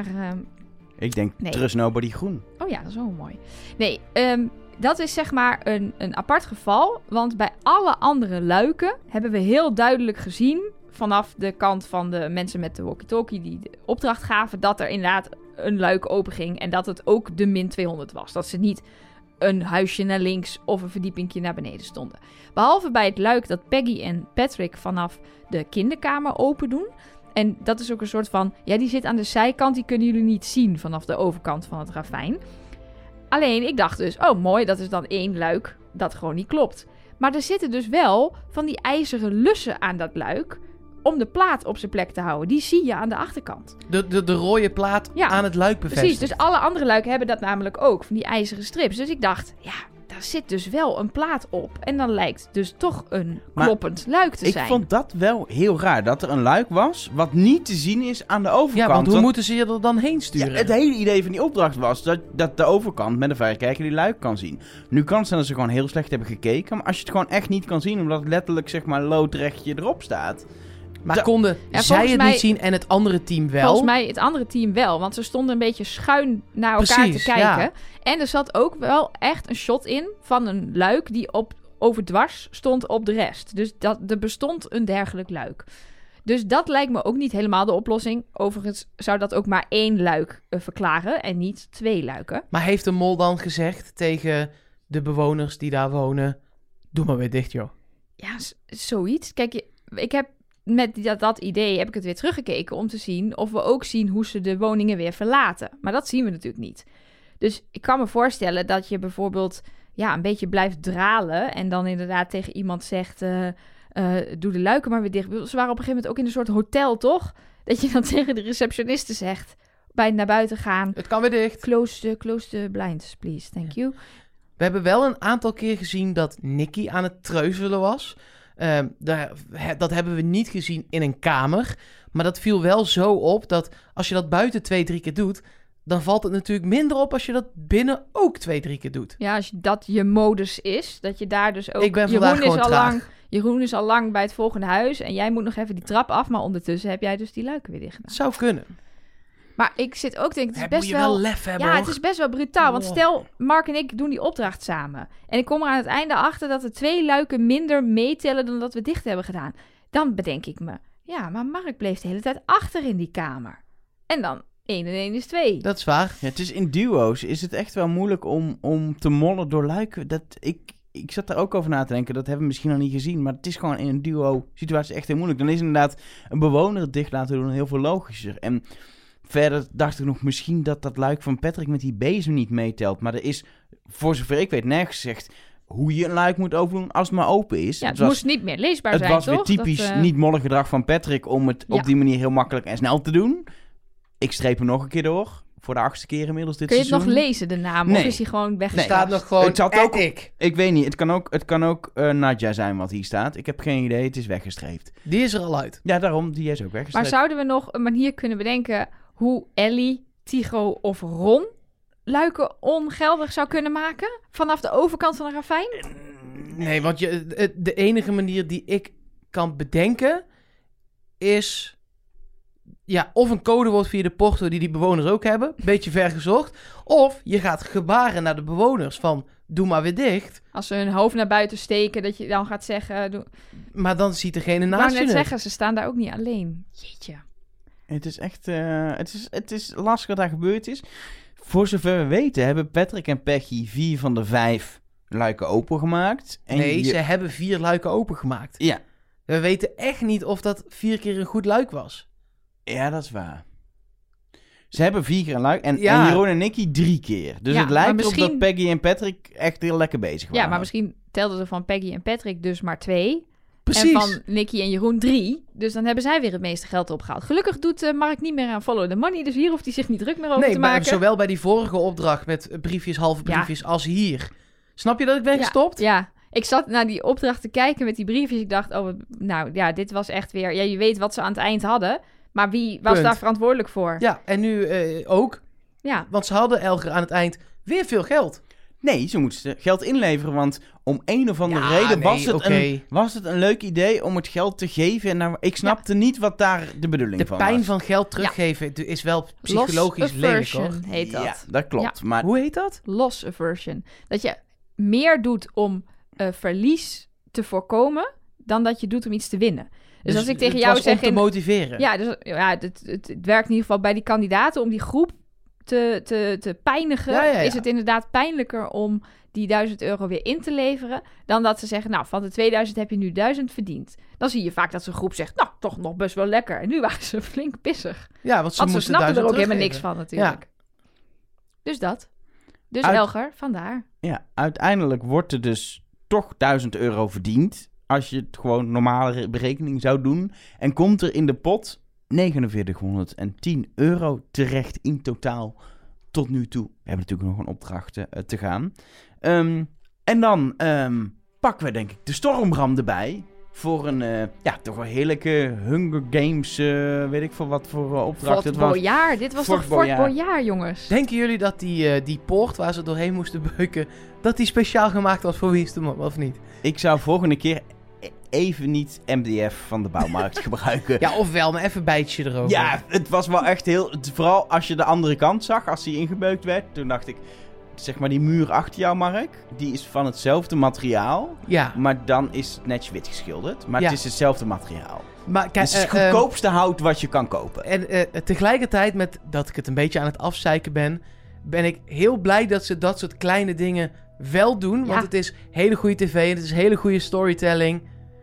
Ik denk Nee. Trust Nobody groen. oh ja, dat is wel mooi. Nee, dat is zeg maar een apart geval. Want bij alle andere luiken hebben we heel duidelijk gezien... vanaf de kant van de mensen met de walkie-talkie die de opdracht gaven... dat er inderdaad een luik openging en dat het ook de min 200 was. Dat ze niet een huisje naar links of een verdiepingje naar beneden stonden. Behalve bij het luik dat Peggy en Patrick vanaf de kinderkamer open doen. En dat is ook een soort van... Ja, die zit aan de zijkant, die kunnen jullie niet zien vanaf de overkant van het ravijn. Alleen, ik dacht dus, oh mooi, dat is dan 1 luik dat gewoon niet klopt. Maar er zitten dus wel van die ijzeren lussen aan dat luik... om de plaat op zijn plek te houden. Die zie je aan de achterkant. De rode plaat Ja, aan het luik bevestigd. Precies, dus alle andere luiken hebben dat namelijk ook, van die ijzeren strips. Dus ik dacht, ja, daar zit dus wel een plaat op. En dan lijkt dus toch een Maar kloppend luik te Ik zijn. vond dat wel heel raar, dat er een luik was wat niet te zien is aan de overkant. Ja, want hoe moeten ze je er dan heen Ja, sturen? het hele idee van die opdracht was dat de overkant met een verrekijker die luik kan zien. Nu kan het zijn dat ze gewoon heel slecht hebben gekeken, maar als je het gewoon echt niet kan zien, omdat het letterlijk zeg maar loodrechtje erop staat. Maar konden Ja, zij volgens het mij- niet zien en het andere team wel? Volgens mij het andere team wel, want ze stonden een beetje schuin naar elkaar Precies, te kijken. ja. En er zat ook wel echt een shot in van een luik die overdwars stond op de rest. Dus er bestond een dergelijk luik. Dus dat lijkt me ook niet helemaal de oplossing. Overigens zou dat ook maar 1 luik verklaren en niet 2 luiken. Maar heeft de mol dan gezegd tegen de bewoners die daar wonen... Doe maar weer dicht, joh. Ja, zoiets. Kijk, ik heb met dat idee heb ik het weer teruggekeken om te zien of we ook zien hoe ze de woningen weer verlaten. Maar dat zien we natuurlijk niet. Dus ik kan me voorstellen dat je bijvoorbeeld een beetje blijft dralen en dan inderdaad tegen iemand zegt, doe de luiken maar weer dicht. Ze waren op een gegeven moment ook in een soort hotel, toch? Dat je dan tegen de receptioniste zegt, bij het naar buiten gaan, Het kan weer dicht. close the blinds, please, thank you. We hebben wel een aantal keer gezien dat Nicky aan het treuzelen was. Dat hebben we niet gezien in een kamer. Maar dat viel wel zo op dat als je dat buiten 2-3 keer doet... dan valt het natuurlijk minder op als je dat binnen ook 2-3 keer doet. Ja, als dat je modus is, dat je daar dus ook... Ik ben vandaag gewoon traag. Jeroen is al lang bij het volgende huis en jij moet nog even die trap af, maar ondertussen heb jij dus die luiken weer dicht gedaan. Zou kunnen. Maar ik zit ook te denken, het is Moet best je wel lef hebben, ja, hoor. het is best wel brutaal. Want Oh. stel, Mark en ik doen die opdracht samen. En ik kom er aan het einde achter dat er 2 luiken minder meetellen dan dat we dicht hebben gedaan. Dan bedenk ik me, ja, maar Mark bleef de hele tijd achter in die kamer. En dan 1 en 1 is 2. Dat is waar. Ja, het is in duo's is het echt wel moeilijk om te mollen door luiken. Ik zat daar ook over na te denken, dat hebben we misschien nog niet gezien. Maar het is gewoon in een duo-situatie echt heel moeilijk. Dan is inderdaad een bewoner het dicht laten doen heel veel logischer. En verder dacht ik nog misschien dat luik van Patrick met die bezem niet meetelt. Maar er is, voor zover ik weet, nergens gezegd hoe je een luik moet overdoen als het maar open is. Ja, het moest niet meer leesbaar Het zijn, was toch? weer typisch Dat, niet mollig gedrag van Patrick om het Ja. op die manier heel makkelijk en snel te doen. Ik streep hem nog een keer door. Voor de 8e keer inmiddels dit Kun je het seizoen. nog lezen, de naam? Nee. Of is hij gewoon Er weggestart? staat nog gewoon Het zat ook- Epic. Ik weet niet. Het kan ook Nadja zijn wat hier staat. Ik heb geen idee. Het is weggestreept. Die is er al uit. Ja, daarom. Die is ook Maar weggestreept. zouden we nog een manier kunnen bedenken hoe Ellie, Tycho of Ron luiken ongeldig zou kunnen maken? Vanaf de overkant van een ravijn? Nee, want de enige manier die ik kan bedenken is... Ja, of een codewoord via de porto die bewoners ook hebben. Beetje ver gezocht. Of je gaat gebaren naar de bewoners van... Doe maar weer dicht. Als ze hun hoofd naar buiten steken, dat je dan gaat zeggen... Maar dan ziet degene Ik wou naast je net het. zeggen, ze staan daar ook niet alleen. Jeetje. Het is echt... het is lastig wat daar gebeurd is. Voor zover we weten hebben Patrick en Peggy 4 van de 5 luiken opengemaakt. En Nee, ze hebben 4 luiken opengemaakt. Ja. We weten echt niet of dat 4 keer een goed luik was. Ja, dat is waar. Ze hebben 4 keer een luik. En Ja. Jeroen en Nicky 3 keer. Dus Ja, het lijkt maar erop misschien- dat Peggy en Patrick echt heel lekker bezig waren. Ja, maar misschien telden ze van Peggy en Patrick dus maar 2. Precies. En van Nicky en Jeroen 3. Dus dan hebben zij weer het meeste geld opgehaald. Gelukkig doet Mark niet meer aan Follow the Money. Dus hier hoeft hij zich niet druk meer over Nee, te maar maken. zowel bij die vorige opdracht met briefjes, halve Ja. briefjes, als hier. Snap je dat ik ben gestopt? Ja, ik zat naar die opdracht te kijken met die briefjes. Ik dacht, dit was echt weer... Ja, je weet wat ze aan het eind hadden. Maar wie was Punt. daar verantwoordelijk voor? Ja, en nu ook. Ja. Want ze hadden Elger aan het eind weer veel geld. Nee, ze moesten geld inleveren, want om een of andere Ja, reden nee, was het een leuk idee om het geld te geven. En nou, ik snapte niet wat daar de bedoeling De van pijn was. van geld teruggeven is wel psychologisch Loss lelijk, hoor. aversion heet dat. Ja, dat klopt. Maar Hoe heet dat? Loss aversion. Dat je meer doet om verlies te voorkomen dan dat je doet om iets te winnen. Dus als ik tegen het jou was zeg... om te motiveren. Ja, dus, het werkt in ieder geval bij die kandidaten om die groep te pijnigen. Ja. Is het inderdaad pijnlijker om die €1000 weer in te leveren dan dat ze zeggen, nou, van de 2000 heb je nu 1000 verdiend. Dan zie je vaak dat zo'n groep zegt, nou, toch nog best wel lekker. En nu waren ze flink pissig. Ja, want ze Want ze moesten snappen er ook 1000 helemaal niks teruggeven. van natuurlijk. Dus dat. Dus Elger, vandaar. ja, uiteindelijk wordt er dus toch €1000 verdiend. Als je het gewoon normale berekening zou doen. En komt er in de pot €4910 terecht in totaal tot nu toe. We hebben natuurlijk nog een opdracht te gaan. En dan pakken we denk ik de Stormbram erbij. Voor een toch wel heerlijke Hunger Games, weet ik veel wat voor opdracht het Fort was. Boyard. Dit was Fort toch Fort Boyard. Boyard, jongens? Denken jullie dat die poort waar ze doorheen moesten beuken, dat die speciaal gemaakt was voor Wie is de Mol, of niet? Ik zou volgende keer even niet MDF van de bouwmarkt gebruiken. Ja, ofwel, maar even een bijtje erover. Ja, het was wel echt heel... Vooral als je de andere kant zag, als die ingebeukt werd. Toen dacht ik, zeg maar die muur achter jou, Mark. Die is van hetzelfde materiaal. Ja, Maar dan is het netjes wit geschilderd. Maar Ja. het is hetzelfde materiaal. maar Het kijk, is het goedkoopste hout wat je kan kopen. en tegelijkertijd met dat ik het een beetje aan het afzeiken ben ik heel blij dat ze dat soort kleine dingen wel doen. Want Ja. het is hele goede tv en het is hele goede storytelling.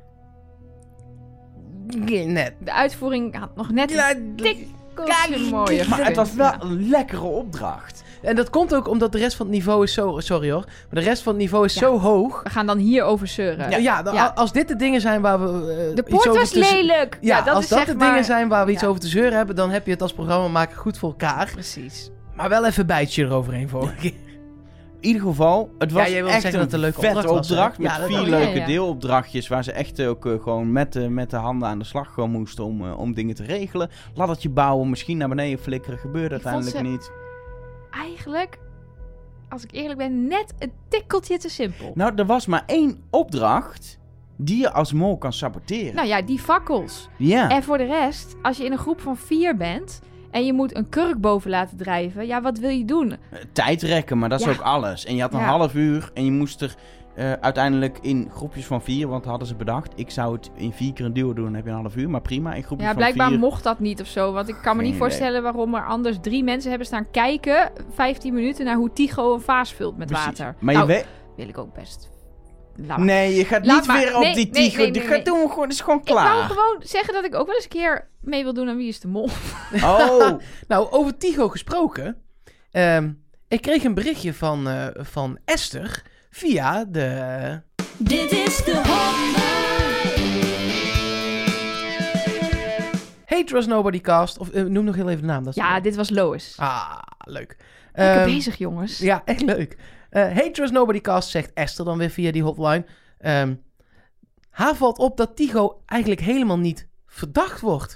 Net. De uitvoering had nog net Ja, een tikkeltje mooier. Maar het was wel Ja. een lekkere opdracht. En dat komt ook omdat de rest van het niveau is zo... Sorry hoor. Maar de rest van het niveau is Ja. zo hoog. We gaan dan hierover zeuren. Ja, Ja. als dit de dingen zijn waar we De iets poort over was te... lelijk. Ja, dat als is dat zeg de maar... dingen zijn waar we iets Ja. over te zeuren hebben... dan heb je het als programmamaker goed voor elkaar. Precies. Maar wel even een bijtje eroverheen volgende keer. In ieder geval, het was jij wilde echt zeggen dat het een leuke vette opdracht was, hè? opdracht. Met Ja, dat 4 wel. leuke Ja. deelopdrachtjes. Waar ze echt ook gewoon met de handen aan de slag gewoon moesten om dingen te regelen. Laddertje bouwen, misschien naar beneden flikkeren. Gebeurde Ik vond uiteindelijk ze- niet. Eigenlijk, als ik eerlijk ben, net een tikkeltje te simpel. Nou, er was maar 1 opdracht die je als mol kan saboteren. Nou ja, die fakkels. Ja. En voor de rest, als je in een groep van 4 bent... en je moet een kurk boven laten drijven... ja, wat wil je doen? Tijd rekken, maar dat is Ja. ook alles. En je had een Ja. half uur en je moest er uiteindelijk in groepjes van 4, want hadden ze bedacht. Ik zou het in 4 keer een duo doen, dan heb je een half uur. Maar prima, in groepjes Ja, van blijkbaar 4. mocht dat niet of zo. Want ik kan me Geen niet idee. voorstellen waarom er anders 3 mensen hebben staan kijken... 15 minuten naar hoe Tycho een vaas vult met Precies. water. Maar Nou, je weet... wil ik ook best. Laat maar. Nee, je gaat Laat niet maar. weer op Nee, die nee, Tycho. nee, Die nee, gaat nee. doen, gewoon, het is gewoon Ik wou klaar. gewoon zeggen dat ik ook wel eens een keer mee wil doen aan Wie is de Mol. Oh, Nou, over Tycho gesproken. Ik kreeg een berichtje van Esther via de... Dit is de Hey Trust Nobody cast. Of noem nog heel even de naam. Dat is Ja, dit was Lois. Ah, leuk. Lekker Ehm, bezig, jongens. Ja, echt leuk. Hey Trust Nobody cast, zegt Esther dan weer via die hotline. Haar valt op dat Tycho eigenlijk helemaal niet verdacht wordt.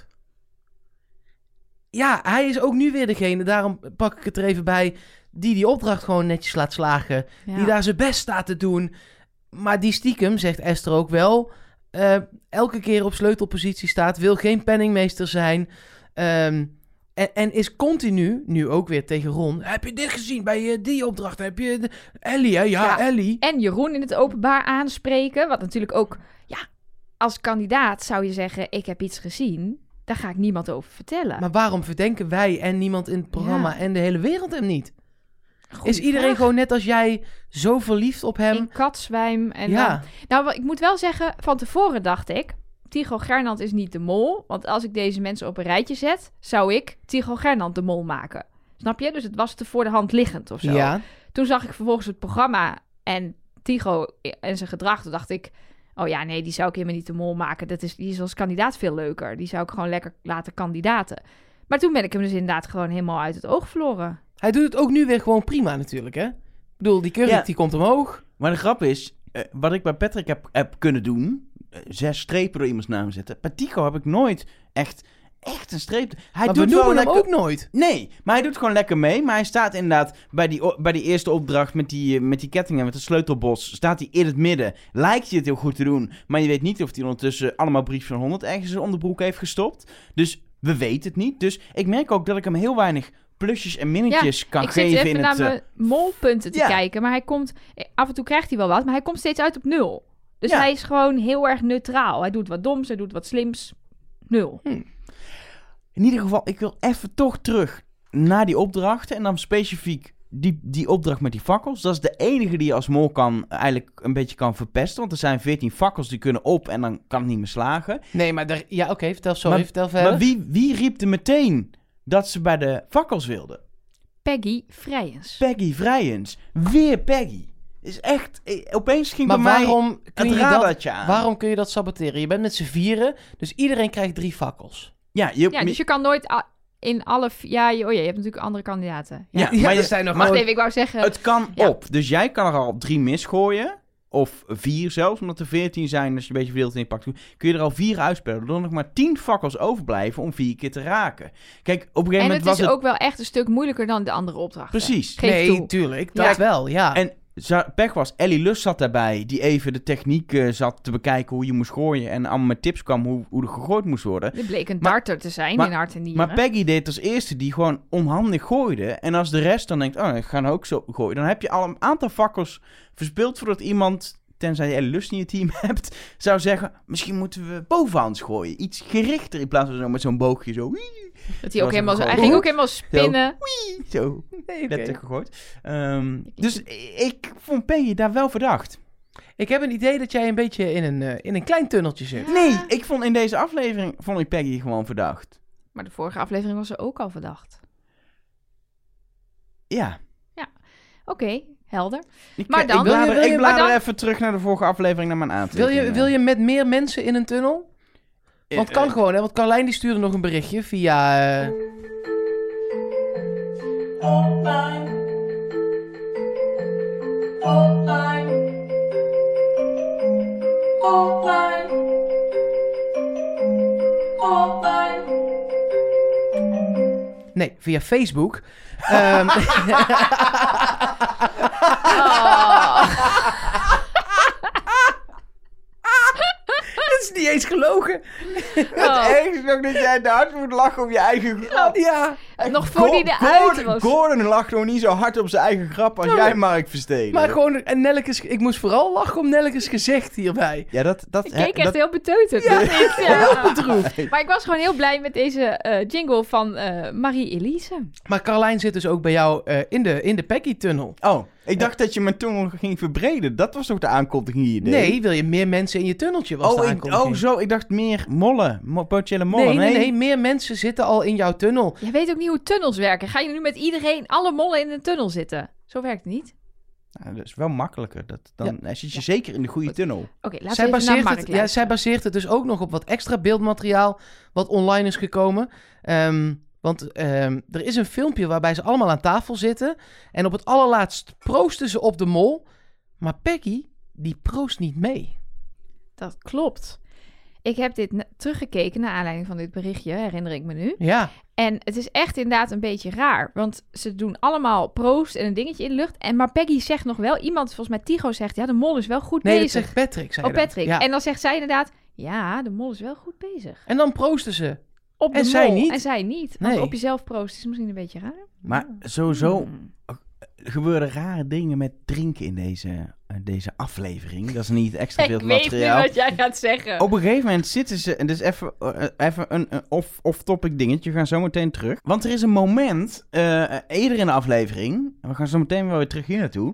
Ja, hij is ook nu weer degene, daarom pak ik het er even bij, die opdracht gewoon netjes laat slagen. Ja. Die daar zijn best staat te doen. Maar die stiekem, zegt Esther ook wel, elke keer op sleutelpositie staat, wil geen penningmeester zijn. En is continu, nu ook weer tegen Ron, heb je dit gezien bij die opdracht? Heb je Ellie, hè? Ja, Ja. Ellie. En Jeroen in het openbaar aanspreken. Wat natuurlijk ook, ja, als kandidaat zou je zeggen, ik heb iets gezien. Daar ga ik niemand over vertellen. Maar waarom verdenken wij en niemand in het programma Ja. en de hele wereld hem niet? Goeie Is iedereen vraag. gewoon net als jij zo verliefd op hem? In katzwijm. En Ja. nou, ik moet wel zeggen, van tevoren dacht ik, Tycho Gernand is niet de mol. Want als ik deze mensen op een rijtje zet, zou ik Tycho Gernand de mol maken. Snap je? Dus het was te voor de hand liggend of zo. Ja. Toen zag ik vervolgens het programma en Tycho en zijn gedrag. Toen dacht ik, oh ja, nee, die zou ik helemaal niet de mol maken. Die is als kandidaat veel leuker. Die zou ik gewoon lekker laten kandidaten. Maar toen ben ik hem dus inderdaad gewoon helemaal uit het oog verloren. Hij doet het ook nu weer gewoon prima natuurlijk, hè? Ik bedoel, die kurk Ja. die komt omhoog. maar de grap is, wat ik bij Patrick heb kunnen doen, 6 strepen door iemands naam zetten. Bij Tycho heb ik nooit echt echt een streep. Hij Maar doet we wel noemen hem lekker... ook nooit. Nee, maar hij doet gewoon lekker mee. Maar hij staat inderdaad bij die eerste opdracht met die kettingen, met de sleutelbos, staat hij in het midden. Lijkt hij het heel goed te doen, maar je weet niet of hij ondertussen allemaal briefjes van 100 ergens in zijn onderbroek heeft gestopt. Dus we weten het niet. Dus ik merk ook dat ik hem heel weinig plusjes en minnetjes kan ik geven zit even in naar het... mijn molpunten te ja. kijken, maar hij komt... Af en toe krijgt hij wel wat, maar hij komt steeds uit op 0. Dus Ja. hij is gewoon heel erg neutraal. Hij doet wat doms, hij doet wat slims. 0. In ieder geval, ik wil even toch terug naar die opdrachten. En dan specifiek die opdracht met die fakkels. Dat is de enige die je als mol eigenlijk een beetje kan verpesten. Want er zijn 14 fakkels die kunnen op en dan kan het niet meer slagen. Nee, maar oké, vertel verder. Maar wie riep er meteen dat ze bij de fakkels wilden? Peggy Vrijens. Peggy Vrijens. Weer Peggy. Is echt... Opeens ging Maar bij mij waarom kun, het je dat, radartje aan. waarom kun je dat saboteren? Je bent met z'n vieren, dus iedereen krijgt 3 fakkels. Ja, Ja, dus je kan nooit in alle... Ja, je hebt natuurlijk andere kandidaten. Ja. Ja, maar er zijn nog Wacht gewoon- even, ik wou zeggen... Het kan Ja. op. Dus jij kan er al 3 misgooien. Of 4 zelfs, omdat er 14 zijn. Als je een beetje verdeeld in je pakt, kun je er al 4 uitspelen. Er nog maar 10 fakkels overblijven om 4 keer te raken. Kijk, op een gegeven En moment het was is het... ook wel echt een stuk moeilijker dan de andere opdrachten. Precies. Geef Nee, toe. tuurlijk. Ja. Dat wel, ja. En pech was, Ellie Lust zat daarbij. Die even de techniek zat te bekijken hoe je moest gooien. En allemaal met tips kwam hoe er gegooid moest worden. Dit bleek een Maar- darter te zijn maar- in hart en nieren. Maar Peggy deed als eerste die gewoon onhandig gooide. En als de rest dan denkt, oh, ik ga nou ook zo gooien. Dan heb je al een aantal fakkels verspild voordat iemand... Tenzij je Ellie Lust in je team hebt, zou zeggen... Misschien moeten we bovenhands gooien. Iets gerichter in plaats van zo met zo'n boogje zo... Dat hij ook was helemaal een zo... Hij goal. ging ook helemaal spinnen. Zo, Nee, oké. net gegooid. Dus ik vond Peggy daar wel verdacht. Ik heb een idee dat jij een beetje in een klein tunneltje zit. Nee, ik vond in deze aflevering vond ik Peggy gewoon verdacht. Maar de vorige aflevering was ze ook al verdacht. Ja. Oké, helder. Ik, Maar dan- ik blader, Wil je- ik blader maar dan- even terug naar de vorige aflevering naar mijn aantekeningen. Wil je met meer mensen in een tunnel? Want kan gewoon, hè? Want Carlijn die stuurde nog een berichtje via... Hotline. Hotline. Hotline. Hotline. Nee, via Facebook. Het is niet eens gelogen. Oh. Het ergste is ook dat jij te hard moet lachen om je eigen grap. Ja. Nog voor die eruit was. Gordon lacht gewoon niet zo hard op zijn eigen grap als jij Mark Versteden. Maar gewoon, en Nellekes, ik moest vooral lachen om Nellekes gezicht hierbij. Ja, dat Ik keek echt dat- heel beteuterd. Ja, Dat niet, ja. heel bedroefd. Maar ik was gewoon heel blij met deze jingle van Marie-Elise. Maar Carlijn zit dus ook bij jou in de Peggy-tunnel. Oh, ik dacht dat je mijn tunnel ging verbreden. Dat was toch de aankondiging die je deed? Nee, wil je meer mensen in je tunneltje? Was de aankondiging. zo. Ik dacht meer mollen. Potentiële mollen. Nee, meer mensen zitten al in jouw tunnel. Je weet ook niet hoe tunnels werken. Ga je nu met iedereen, alle mollen in een tunnel zitten? Zo werkt het niet. Nou, dat is wel makkelijker. Dan zit je zeker in de goede tunnel. Oké, laten we even naar Mark luisteren. zij baseert het dus ook nog op wat extra beeldmateriaal wat online is gekomen. Want er is een filmpje waarbij ze allemaal aan tafel zitten. En op het allerlaatst proosten ze op de mol. Maar Peggy, die proost niet mee. Dat klopt. Ik heb dit teruggekeken naar aanleiding van dit berichtje, herinner ik me nu. Ja, En het is echt inderdaad een beetje raar. Want ze doen allemaal proost en een dingetje in de lucht. Maar Peggy zegt nog wel, iemand, volgens mij Tigo zegt... Ja, de mol is wel goed nee, dat bezig. zegt Patrick. Zei Oh, dat. Patrick. Ja. En dan zegt zij inderdaad... Ja, de mol is wel goed bezig. En dan proosten ze. Op de En mol. zij niet? En zij niet. Want Nee. op jezelf proosten is misschien een beetje raar. Maar sowieso Hmm. gebeuren rare dingen met drinken in deze aflevering. Dat is niet extra Ik veel weet nu materiaal. wat jij gaat zeggen. Op een gegeven moment zitten ze... En dus even een off-topic dingetje. We gaan zo meteen terug. Want er is een moment, eerder in de aflevering... En we gaan zo meteen wel weer terug hier naartoe...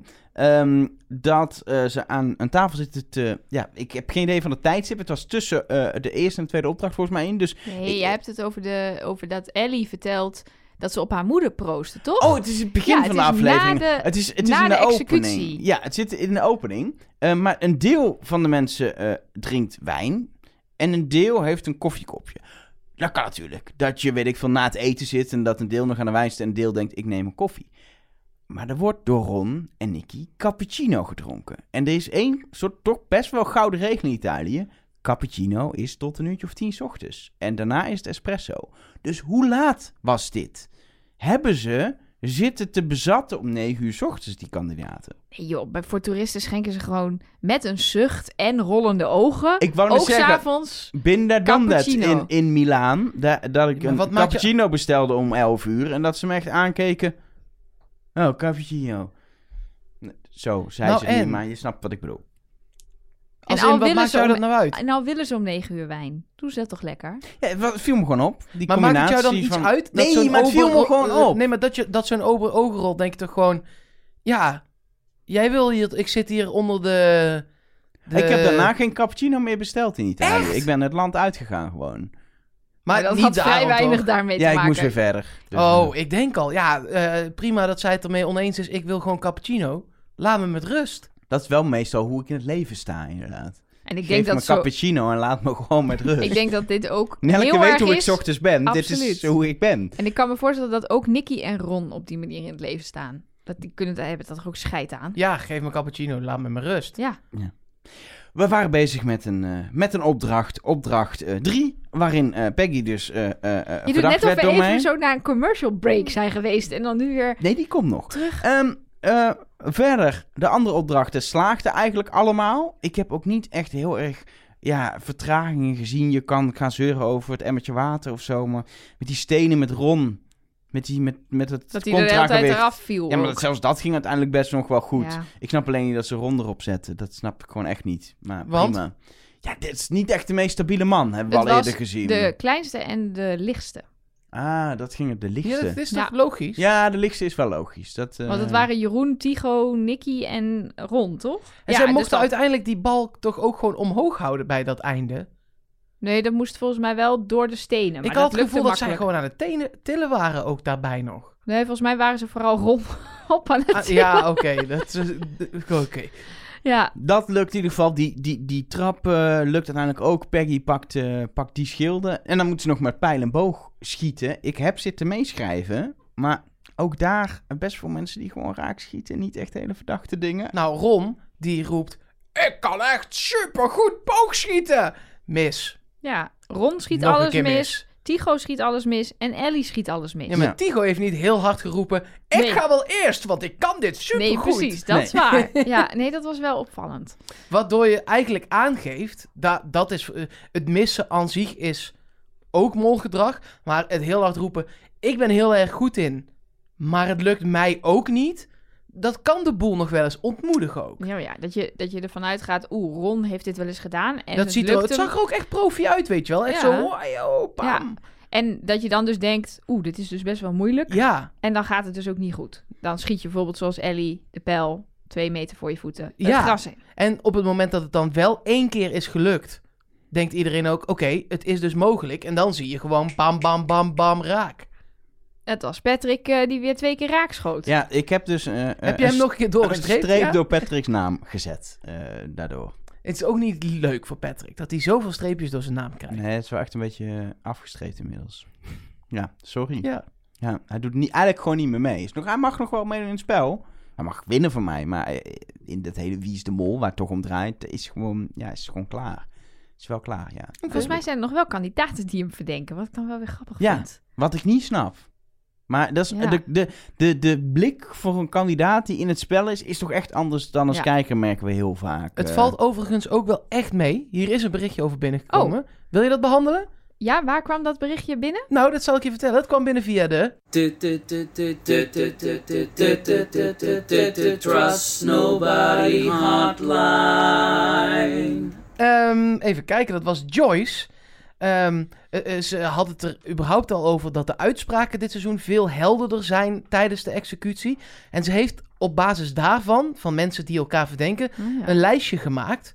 dat ze aan een tafel zitten te... Ja, ik heb geen idee van de tijdstip. Het was tussen de eerste en de tweede opdracht volgens mij in. Dus Nee, jij hebt het over dat Ellie vertelt... dat ze op haar moeder proosten, toch? oh, het is het begin Ja, van het de is aflevering. na de- het is na in de de executie. opening. Ja, het zit in de opening. Maar een deel van de mensen drinkt wijn. En een deel heeft een koffiekopje. Dat kan natuurlijk. Dat je, weet ik veel, na het eten zit... en dat een deel nog aan de wijn zit en een deel denkt... ik neem een koffie. Maar er wordt door Ron en Nicky cappuccino gedronken. En er is één soort toch best wel gouden regel in Italië. cappuccino is tot een uurtje of 10 's ochtends. En daarna is het espresso. Dus hoe laat was dit? Hebben ze zitten te bezatten om 9 uur 's ochtends, die kandidaten? Nee, joh, voor toeristen schenken ze gewoon met een zucht en rollende ogen. Ik wou net ook zeggen, s'avonds Binnen dan dat cappuccino. in Milaan, dat ik Maar een wat maakt je- cappuccino bestelde om 11 uur. En dat ze me echt aankeken. Oh, cappuccino. Zo, zei Nou, ze niet, en? maar je snapt wat ik bedoel. Als al in, wat willen maakt ze jou om- dat nou uit? En nou willen ze om 9 uur wijn. Doen ze dat toch lekker? Ja, het viel me gewoon op. Die Maar maakt het jou dan combinatie iets van... uit? dat Nee, zo'n maar het viel me ober- gewoon op. Nee, maar dat zo'n overal denk je toch gewoon... Ja, jij wil hier... Ik zit hier onder de... Ik heb daarna geen cappuccino meer besteld in Italië. Echt? Ik ben het land uitgegaan gewoon. Maar dat niet had vrij daarom, weinig toch? daarmee Ja, te ik maken. moest weer verder. Dus, Oh, ik denk al. Ja, prima dat zij het ermee oneens is. Ik wil gewoon cappuccino. Laat me met rust. dat is wel meestal hoe ik in het leven sta, inderdaad. En ik Geef denk me dat zo... cappuccino en laat me gewoon met rust. Ik denk dat dit ook Nelke heel weet erg hoe ik is. 's ochtends ben. Dit Absoluut. is hoe ik ben. En ik kan me voorstellen dat ook Nicky en Ron op die manier in het leven staan. Dat die hebben dat er ook scheid aan. Ja, geef me cappuccino. Laat me met rust. Ja. We waren bezig met een opdracht. Opdracht 3. Waarin Peggy dus Je doet verdacht net of werd we door even mij. zo naar een commercial break zijn geweest. En dan nu weer Nee, die komt nog. terug. Verder, de andere opdrachten slaagden eigenlijk allemaal. Ik heb ook niet echt heel erg vertragingen gezien. Je kan gaan zeuren over het emmertje water of zo. Maar met die stenen met Ron. Met het Dat hij er de hele tijd contragewicht. eraf viel. Ja, maar ook. zelfs dat ging uiteindelijk best nog wel goed. Ja. Ik snap alleen niet dat ze Ron erop zetten. Dat snap ik gewoon echt niet. Maar Want? prima. Ja, dit is niet echt de meest stabiele man, hebben we Het al was eerder gezien. de kleinste en de lichtste. Ah, dat ging het de Ja, lichtste. dat is Ja. toch logisch? Ja, de lichtste is wel logisch. Dat, Want het waren Jeroen, Tycho, Nicky en Ron, toch? En Ja, zij dus mochten dat- uiteindelijk die balk toch ook gewoon omhoog houden bij dat einde. Nee, dat moest volgens mij wel door de stenen. Maar Ik had het lukte gevoel dat zij makkelijk. gewoon aan het tillen waren ook daarbij nog. Nee, volgens mij waren ze vooral Ron op aan het tillen. Ja, oké. Dat is... Oké. Ja, Dat lukt in ieder geval. Die trap lukt uiteindelijk ook. Peggy pakt die schilden. En dan moeten ze nog met pijl en boog schieten. Ik heb zitten meeschrijven. Maar ook daar best veel mensen die gewoon raak schieten. Niet echt hele verdachte dingen. Nou, Ron, die roept... Ik kan echt supergoed boogschieten! Mis. ja. Ron schiet Nog een alles keer mis. Tycho schiet alles mis. En Ellie schiet alles mis. Ja, maar Ja. Tycho heeft niet heel hard geroepen... Ik Nee. ga wel eerst, want ik kan dit Nee, supergoed. precies. Dat is waar. Ja, nee, dat was wel opvallend. Waardoor je eigenlijk aangeeft... Dat is, het missen aan zich is ook molgedrag. Maar het heel hard roepen... Ik ben heel erg goed in, maar het lukt mij ook niet... Dat kan de boel nog wel eens ontmoedigen ook. Ja, dat je ervan uitgaat... Ron heeft dit wel eens gedaan. En Dat ziet er, lukt het hem. zag er ook echt profi uit, weet je wel. Echt Ja. zo, wow, pam. Ja. En dat je dan dus denkt... dit is dus best wel moeilijk. Ja, En dan gaat het dus ook niet goed. Dan schiet je bijvoorbeeld zoals Ellie de pijl 2 meter voor je voeten het Ja. gras in. en op het moment dat het dan wel 1 keer is gelukt... denkt iedereen ook, oké, het is dus mogelijk. En dan zie je gewoon bam, bam, bam, bam, raak. Het was Patrick die weer 2 keer raak schoot. Ja, ik heb dus Heb je hem nog een keer een doorgestreept? streep Ja? door Patrick's naam gezet. Daardoor. Het is ook niet leuk voor Patrick... dat hij zoveel streepjes door zijn naam krijgt. Nee, het is wel echt een beetje afgestreept inmiddels. Ja, sorry. Ja. Ja, hij doet eigenlijk gewoon niet meer mee. Hij mag nog wel meedoen in het spel. Hij mag winnen van mij. Maar in dat hele Wie is de Mol, waar het toch om draait, is gewoon klaar. Is wel klaar, ja. Volgens mij zijn er nog wel kandidaten die hem verdenken. Wat ik dan wel weer grappig Ja. vind. Wat ik niet snap. Maar dat is, Ja. de blik voor een kandidaat die in het spel is toch echt anders dan als Ja. kijker, merken we heel vaak. Het valt overigens ook wel echt mee. Hier is een berichtje over binnengekomen. Wil je dat behandelen? Ja, waar kwam dat berichtje binnen? Nou, dat zal ik je vertellen. Het kwam binnen via de... Trust Nobody Hotline. Even kijken, dat was Joyce. Ze had het er überhaupt al over dat de uitspraken dit seizoen veel helderder zijn tijdens de executie. En ze heeft op basis daarvan, van mensen die elkaar verdenken, een lijstje gemaakt.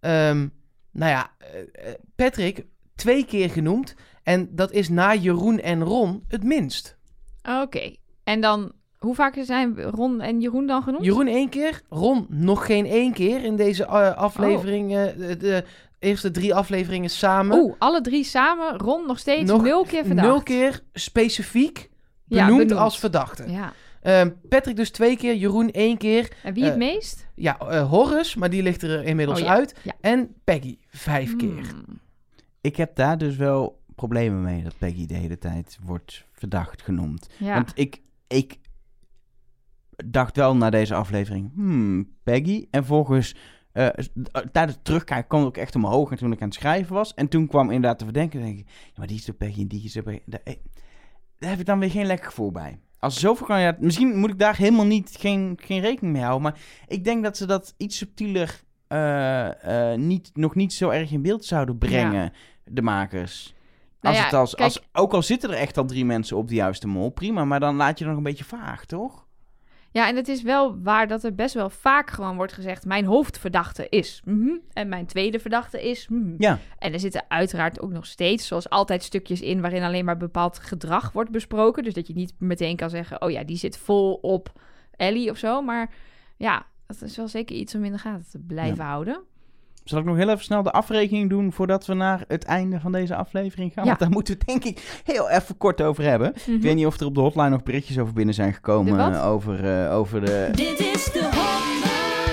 Patrick 2 keer genoemd. En dat is na Jeroen en Ron het minst. Oké. En dan, hoe vaak zijn Ron en Jeroen dan genoemd? Jeroen 1 keer, Ron nog geen 1 keer in deze aflevering. De eerste 3 afleveringen samen. Alle 3 samen. Ron nog steeds Nog 0 keer verdacht. 0 keer specifiek benoemd als verdachte. Ja. Patrick dus 2 keer, Jeroen 1 keer. En wie het meest? Ja, Horus, maar die ligt er inmiddels ja. uit. Ja. En Peggy, 5 keer. Ik heb daar dus wel problemen mee dat Peggy de hele tijd wordt verdacht genoemd. Ja. Want ik dacht wel na deze aflevering, Peggy. En volgens, tijdens het terugkijken kwam het ook echt omhoog. En toen ik aan het schrijven was. En toen kwam inderdaad te verdenken. Denk ik, ja, maar die is de Peggy en die is de Peggy. Daar heb ik dan weer geen lekker gevoel bij. Als zoveel kan, ja, misschien moet ik daar helemaal geen rekening mee houden. Maar ik denk dat ze dat iets subtieler nog niet zo erg in beeld zouden brengen, de makers. Nou Ook al zitten er echt al 3 mensen op de juiste mol, prima. Maar dan laat je nog een beetje vaag, toch? Ja, en het is wel waar dat er best wel vaak gewoon wordt gezegd... mijn hoofdverdachte is... en mijn tweede verdachte is... Ja. En er zitten uiteraard ook nog steeds, zoals altijd, stukjes in... waarin alleen maar bepaald gedrag wordt besproken. Dus dat je niet meteen kan zeggen... oh ja, die zit vol op Ellie of zo. Maar ja, dat is wel zeker iets om in de gaten te blijven houden. Zal ik nog heel even snel de afrekening doen... voordat we naar het einde van deze aflevering gaan? Ja. Want daar moeten we denk ik heel even kort over hebben. Ik weet niet of er op de hotline nog berichtjes over binnen zijn gekomen. De wat? Over de... Dit is de hotline.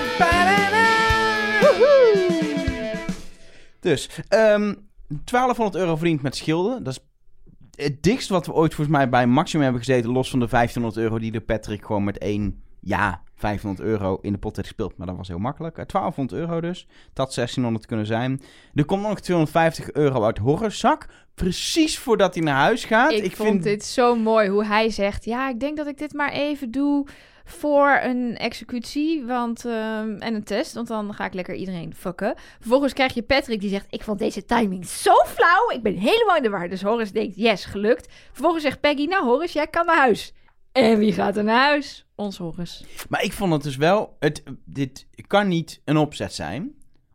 Dus, €1200 verdiend met schilden. Dat is het dichtst wat we ooit volgens mij bij maximum hebben gezeten... los van de €1500 die de Patrick gewoon met €500 in de pot heeft gespeeld. Maar dat was heel makkelijk. €1200 dus. Dat had €1600 kunnen zijn. Er komt nog €250 uit Horus zak. Precies voordat hij naar huis gaat. Ik vond dit zo mooi hoe hij zegt... ja, ik denk dat ik dit maar even doe voor een executie en een test. Want dan ga ik lekker iedereen fucken. Vervolgens krijg je Patrick die zegt... ik vond deze timing zo flauw. Ik ben helemaal in de war. Dus Horus denkt, yes, gelukt. Vervolgens zegt Peggy... nou Horus, jij kan naar huis. En wie gaat er naar huis? Ons Horus. Maar ik vond het dus wel... Dit kan niet een opzet zijn.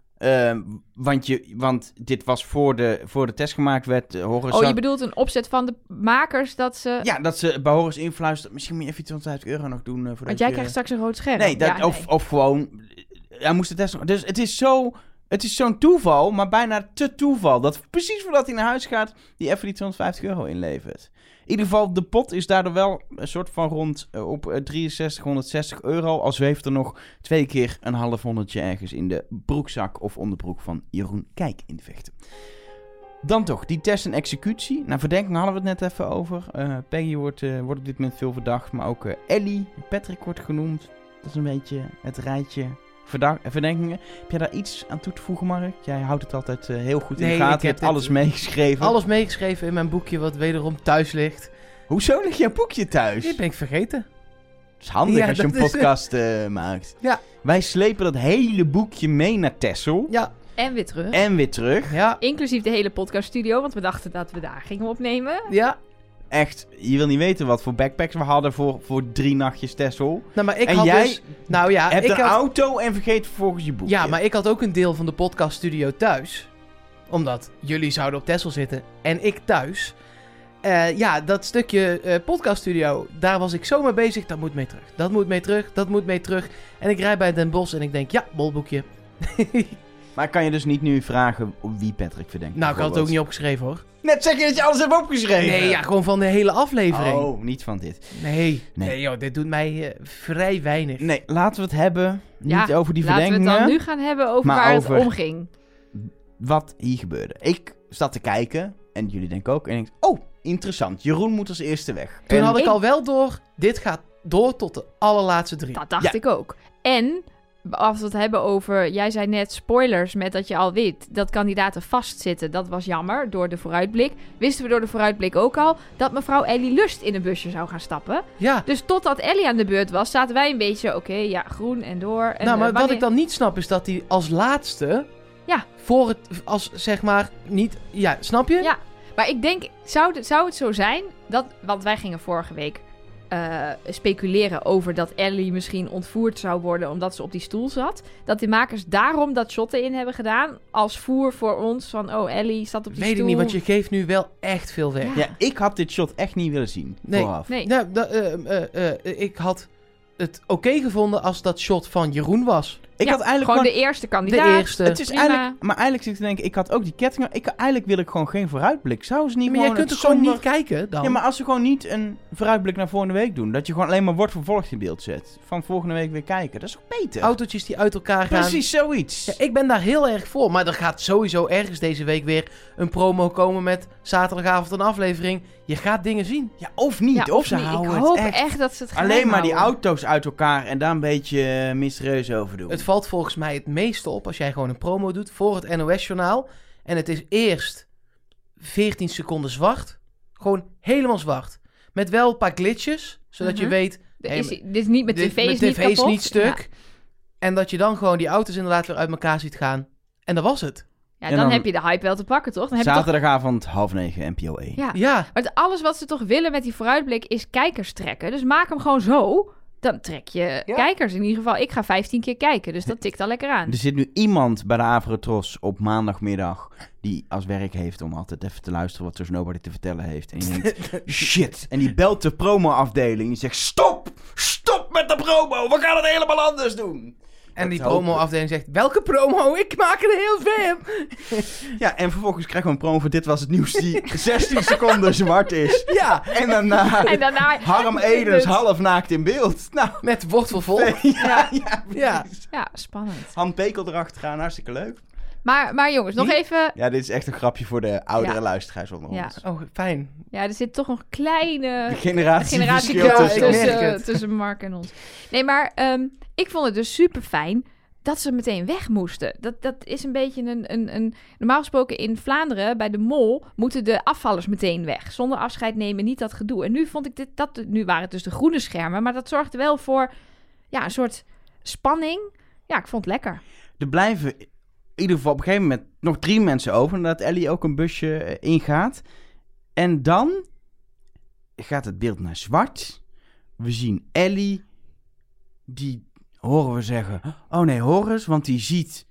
Want dit was voor de test gemaakt werd. Horus Je bedoelt een opzet van de makers dat ze... Ja, dat ze bij Horus influisteren. Misschien moet je even €200 nog doen. Want jij krijgt straks een rood scherm. Nee, of gewoon... Hij moest de test... Dus het is zo'n toeval, maar bijna te toeval. Dat precies voordat hij naar huis gaat, die even die €250 inlevert. In ieder geval, de pot is daardoor wel een soort van rond op €6360. Al zweeft er nog 2 keer een half honderdje ergens in de broekzak of onderbroek van Jeroen Kijk in de vechten. Dan toch, die test en executie. Nou, verdenking hadden we het net even over. Peggy wordt op dit moment veel verdacht, maar ook Ellie, Patrick wordt genoemd. Dat is een beetje het rijtje verdenkingen. Heb jij daar iets aan toe te voegen, Mark? Jij houdt het altijd heel goed in de gaten. Je hebt alles meegeschreven. Alles meegeschreven in mijn boekje wat wederom thuis ligt. Hoezo ligt jouw boekje thuis? Die ben ik vergeten. Dat is handig Ja, als je een dat is- podcast maakt. Ja. Wij slepen dat hele boekje mee naar Texel. Ja, En weer terug. En weer terug. ja, Inclusief de hele podcaststudio, want we dachten dat we daar gingen opnemen. ja. Echt, je wil niet weten wat voor backpacks we hadden voor 3 nachtjes Texel. Nou, maar ik En had jij dus... Nou ja, Heb ik de had... auto en vergeet vervolgens je boekje. Ja, maar ik had ook een deel van de podcaststudio thuis. Omdat jullie zouden op Texel zitten en ik thuis. Dat stukje podcaststudio, daar was ik zo mee bezig. Dat moet mee terug. Dat moet mee terug. Dat moet mee terug. En ik rijd bij Den Bosch en ik denk, ja, bolboekje. Maar kan je dus niet nu vragen op wie Patrick verdenkt? Nou, ik had het ook niet opgeschreven hoor. Net zeg je dat je alles hebt opgeschreven. Nee, ja, gewoon van de hele aflevering. Oh, niet van dit. Nee joh, dit doet mij vrij weinig. Nee, laten we het hebben. Ja, Niet over die Laten we verdenkingen. het dan nu gaan hebben over Maar waar over- het om ging. Wat hier gebeurde. Ik zat te kijken. En jullie denken ook. En ik denk, oh, interessant. Jeroen moet als eerste weg. Toen En- had ik al wel door, dit gaat door tot de allerlaatste 3. Dat dacht Ja. ik ook. En als we het hebben over... Jij zei net spoilers met dat je al weet dat kandidaten vastzitten. Dat was jammer, door de vooruitblik. Wisten we door de vooruitblik ook al dat mevrouw Ellie Lust in een busje zou gaan stappen. Ja, Dus totdat Ellie aan de beurt was, zaten wij een beetje... Oké, ja, groen en door. En, nou, maar wat wanneer- ik dan niet snap is dat hij als laatste... Ja. Voor het, als zeg maar, niet... Ja, snap je? Ja. Maar ik denk, zou het zo zijn dat... Want wij gingen vorige week speculeren over dat Ellie misschien ontvoerd zou worden omdat ze op die stoel zat. Dat de makers daarom dat shot erin hebben gedaan als voer voor ons van... Oh, Ellie zat op die Weet stoel. ik niet, want je geeft nu wel echt veel weg. Ja. Ja, ik had dit shot echt niet willen zien. Nee. Vooraf. Nee. Nou, ik had het oké gevonden als dat shot van Jeroen was. Ik had eigenlijk gewoon de eerste kandidaat. De eerste. Het is Prima. eigenlijk zit ik te denken, ik had ook die ketting. Eigenlijk wil ik gewoon geen vooruitblik. Zou ze niet Maar jij gewoon kunt toch gewoon somber- niet kijken dan? Ja, maar als ze gewoon niet een vooruitblik naar volgende week doen. Dat je gewoon alleen maar wordt vervolgd in beeld zet. Van volgende week weer kijken. Dat is toch beter? Autootjes die uit elkaar gaan. Precies, zoiets. Ja, ik ben daar heel erg voor. Maar er gaat sowieso ergens deze week weer een promo komen met zaterdagavond een aflevering. Je gaat dingen zien. Ja, of niet. Ja, of ze niet. houden Ik het hoop echt. echt dat ze het geheim Alleen maar die houden. auto's uit elkaar en daar een beetje mysterieus over doen. Het valt volgens mij het meeste op als jij gewoon een promo doet voor het NOS-journaal. En het is eerst 14 seconden zwart. Gewoon helemaal zwart. Met wel een paar glitches, zodat je weet... hey, Dit is niet, mijn dit- tv is mijn niet tv is kapot. niet stuk. En dat je dan gewoon die auto's inderdaad weer uit elkaar ziet gaan. En dat was het. Ja, En dan dan- heb je de hype wel te pakken, toch? Dan heb je toch... Zaterdagavond 8:30 NPO 1. Ja. Ja, Maar alles wat ze toch willen met die vooruitblik is kijkers trekken. Dus maak hem gewoon zo. Dan trek je Ja. kijkers. In ieder geval, ik ga 15 keer kijken. Dus dat tikt al lekker aan. Er zit nu iemand bij de Avrotros op maandagmiddag die als werk heeft om altijd even te luisteren wat There's Nobody te vertellen heeft. En die denkt, shit. En die belt de promo-afdeling. Die zegt, stop! Stop met de promo! We gaan het helemaal anders doen! en die Dat hopen. promo-afdeling zegt... Welke promo? Ik maak er heel veel. Ja, en vervolgens krijgen we een promo voor Dit Was Het Nieuws die 16 seconden zwart is. Ja, En daarna En daarna... Harm Edens half naakt in beeld. Nou, met wordt vervolgd. Ja. Ja. Ja, spannend. Han Pekel erachteraan, hartstikke leuk. Maar jongens, nog Wie? even... Ja, dit is echt een grapje voor de oudere Ja. luisteraars onder Ja. ons. Oh, fijn. Ja, er zit toch een kleine... De generatieverschil Ja, tussen ik ons. merk het. tussen Mark en ons. Nee, maar ik vond het dus super fijn dat ze meteen weg moesten. Dat is een beetje een... Normaal gesproken in Vlaanderen, bij de Mol, moeten de afvallers meteen weg. Zonder afscheid nemen, niet dat gedoe. En nu vond ik nu waren het dus de groene schermen, maar dat zorgde wel voor een soort spanning. Ja, ik vond het lekker. Er blijven in ieder geval op een gegeven moment nog 3 mensen over. Nadat Ellie ook een busje ingaat. En dan gaat het beeld naar zwart. We zien Ellie. Die horen we zeggen. Oh nee, Horus. Want die ziet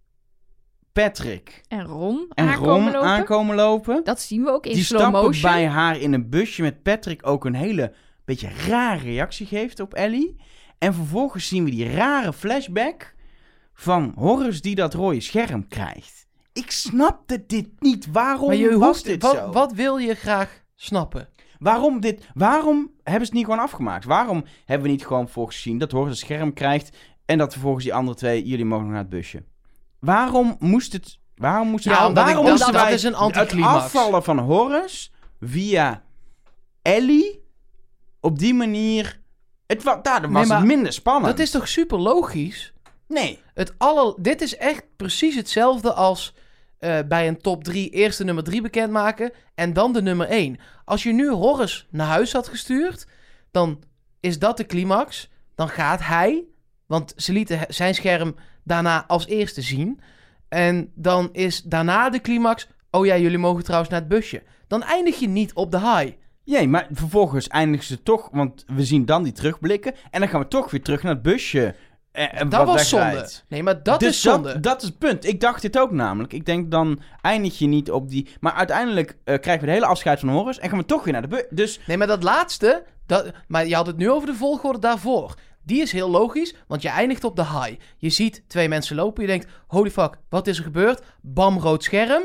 Patrick En Ron en aankomen Ron lopen. aankomen lopen. Dat zien we ook in Die slow stappen motion. bij haar in een busje met Patrick ook een hele beetje rare reactie geeft op Ellie. En vervolgens zien we die rare flashback van Horus die dat rode scherm krijgt. Ik snapte dit niet. Waarom Maar je was hoeft, dit wat, zo? wat wil je graag snappen? Waarom hebben ze het niet gewoon afgemaakt? Waarom hebben we niet gewoon volgens gezien dat Horus een scherm krijgt en dat vervolgens die andere 2, jullie mogen nog naar het busje? Waarom moest het... Waarom moesten Ja, omdat waarom ik- moesten dat wij is een het anticlimax. afvallen van Horus via Ellie op die manier... Daar was maar het minder spannend. Dat is toch super logisch? Nee. Dit is echt precies hetzelfde als bij een top 3 eerst de nummer 3 bekendmaken en dan de nummer 1. Als je nu Horus naar huis had gestuurd, dan is dat de climax. Dan gaat hij, want ze lieten zijn scherm daarna als eerste zien. En dan is daarna de climax, oh ja, jullie mogen trouwens naar het busje. Dan eindig je niet op de high. Nee, maar vervolgens eindigen ze toch, want we zien dan die terugblikken en dan gaan we toch weer terug naar het busje. Dat was zonde. Nee, maar dat Dus is zonde. dat is het punt. Ik dacht dit ook namelijk. Ik denk dan eindig je niet op die... Maar uiteindelijk krijgen we de hele afscheid van Horus en gaan we toch weer naar de bus. Dus Nee, maar dat laatste, maar je had het nu over de volgorde daarvoor. Die is heel logisch, want je eindigt op de high. Je ziet 2 mensen lopen, je denkt, holy fuck, wat is er gebeurd? Bam, rood scherm.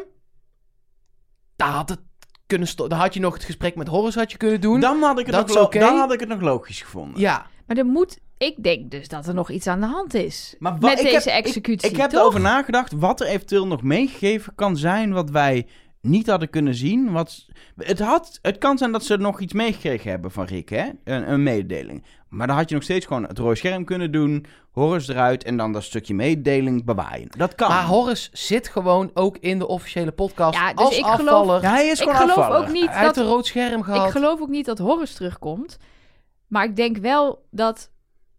Daar had het kunnen dan had je nog het gesprek met Horus had je kunnen doen. dan had ik het, Dat nog, is oké. dan had ik het nog logisch gevonden. Ja, Maar ik denk dus dat er nog iets aan de hand is. Maar met ik deze heb- executie, Ik heb toch? erover nagedacht wat er eventueel nog meegegeven kan zijn wat wij niet hadden kunnen zien. Het kan zijn dat ze nog iets meegekregen hebben van Rick, hè? Een mededeling. Maar dan had je nog steeds gewoon het rode scherm kunnen doen, Horus eruit en dan dat stukje mededeling bewaaien. Dat kan. maar Horus zit gewoon ook in de officiële podcast Ja, dus als ik geloof- afvaller. Ja, hij is Ik gewoon geloof afvaller. ook niet Hij heeft dat... een rood scherm gehad. Ik geloof ook niet dat Horus terugkomt. Maar ik denk wel dat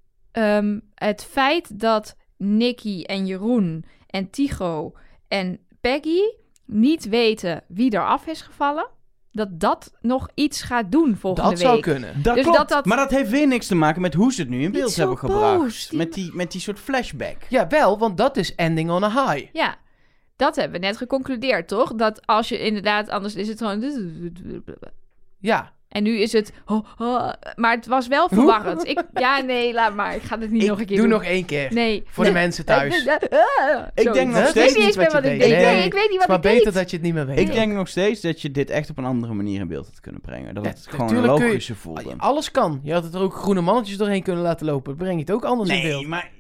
het feit dat Nicky en Jeroen en Tycho en Peggy niet weten wie er af is gevallen, dat nog iets gaat doen volgende dat week. zou kunnen. Dat Dus klopt, dat- maar dat heeft weer niks te maken met hoe ze het nu in beeld Niet hebben zo gebracht. boos. Met die soort flashback. Ja, wel, want dat is ending on a high. Ja, dat hebben we net geconcludeerd, toch? Dat als je inderdaad, anders is het gewoon... Ja, En nu is het... maar het was wel verwarrend. Laat maar. Ik ga het niet nog een keer doen. Doe nog 1 keer. Nee. Voor de mensen thuis. Ik denk nog Ik weet steeds niet eens meer wat ik deed. Nee, ik weet niet Het is wat maar ik beter deed. dat je het niet meer weet. Ik denk nog steeds dat je dit echt op een andere manier in beeld had kunnen brengen. Dat het gewoon natuurlijk kun je- logischer voelde. Alles kan. Je had het er ook groene mannetjes doorheen kunnen laten lopen. Breng je het ook anders in beeld. Nee, maar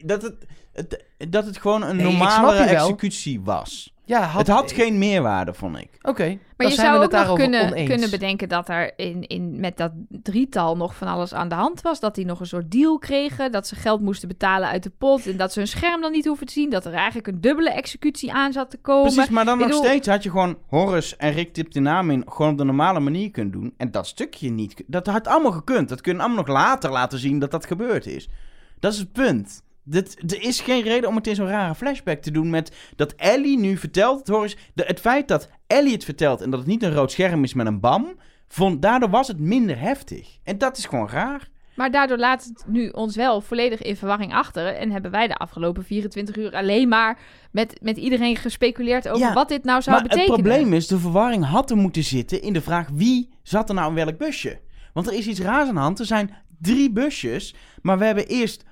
dat het gewoon een Nee, ik snap normalere je wel. executie was. Ja, Het had geen meerwaarde, vond ik. Oké, Maar dan je zijn zou we ook het nog daarover kunnen bedenken dat er met dat drietal nog van alles aan de hand was. Dat die nog een soort deal kregen. Dat ze geld moesten betalen uit de pot. En dat ze hun scherm dan niet hoeven te zien. Dat er eigenlijk een dubbele executie aan zat te komen. Precies, maar dan Ik nog bedoel- steeds had je gewoon Horus en Rick tipt de naam in gewoon op de normale manier kunnen doen. En dat stukje niet. Dat had allemaal gekund. Dat kunnen allemaal nog later laten zien dat dat gebeurd is. Dat is het punt. Er is geen reden om het in zo'n rare flashback te doen met dat Ellie nu vertelt. Het feit dat Ellie het vertelt en dat het niet een rood scherm is met een bam, daardoor was het minder heftig. En dat is gewoon raar. Maar daardoor laat het nu ons wel volledig in verwarring achter. En hebben wij de afgelopen 24 uur alleen maar met iedereen gespeculeerd over Ja, wat dit nou zou Maar betekenen. het probleem is, de verwarring had er moeten zitten in de vraag wie zat er nou in welk busje. Want er is iets raars aan de hand. Er zijn 3 busjes, maar we hebben eerst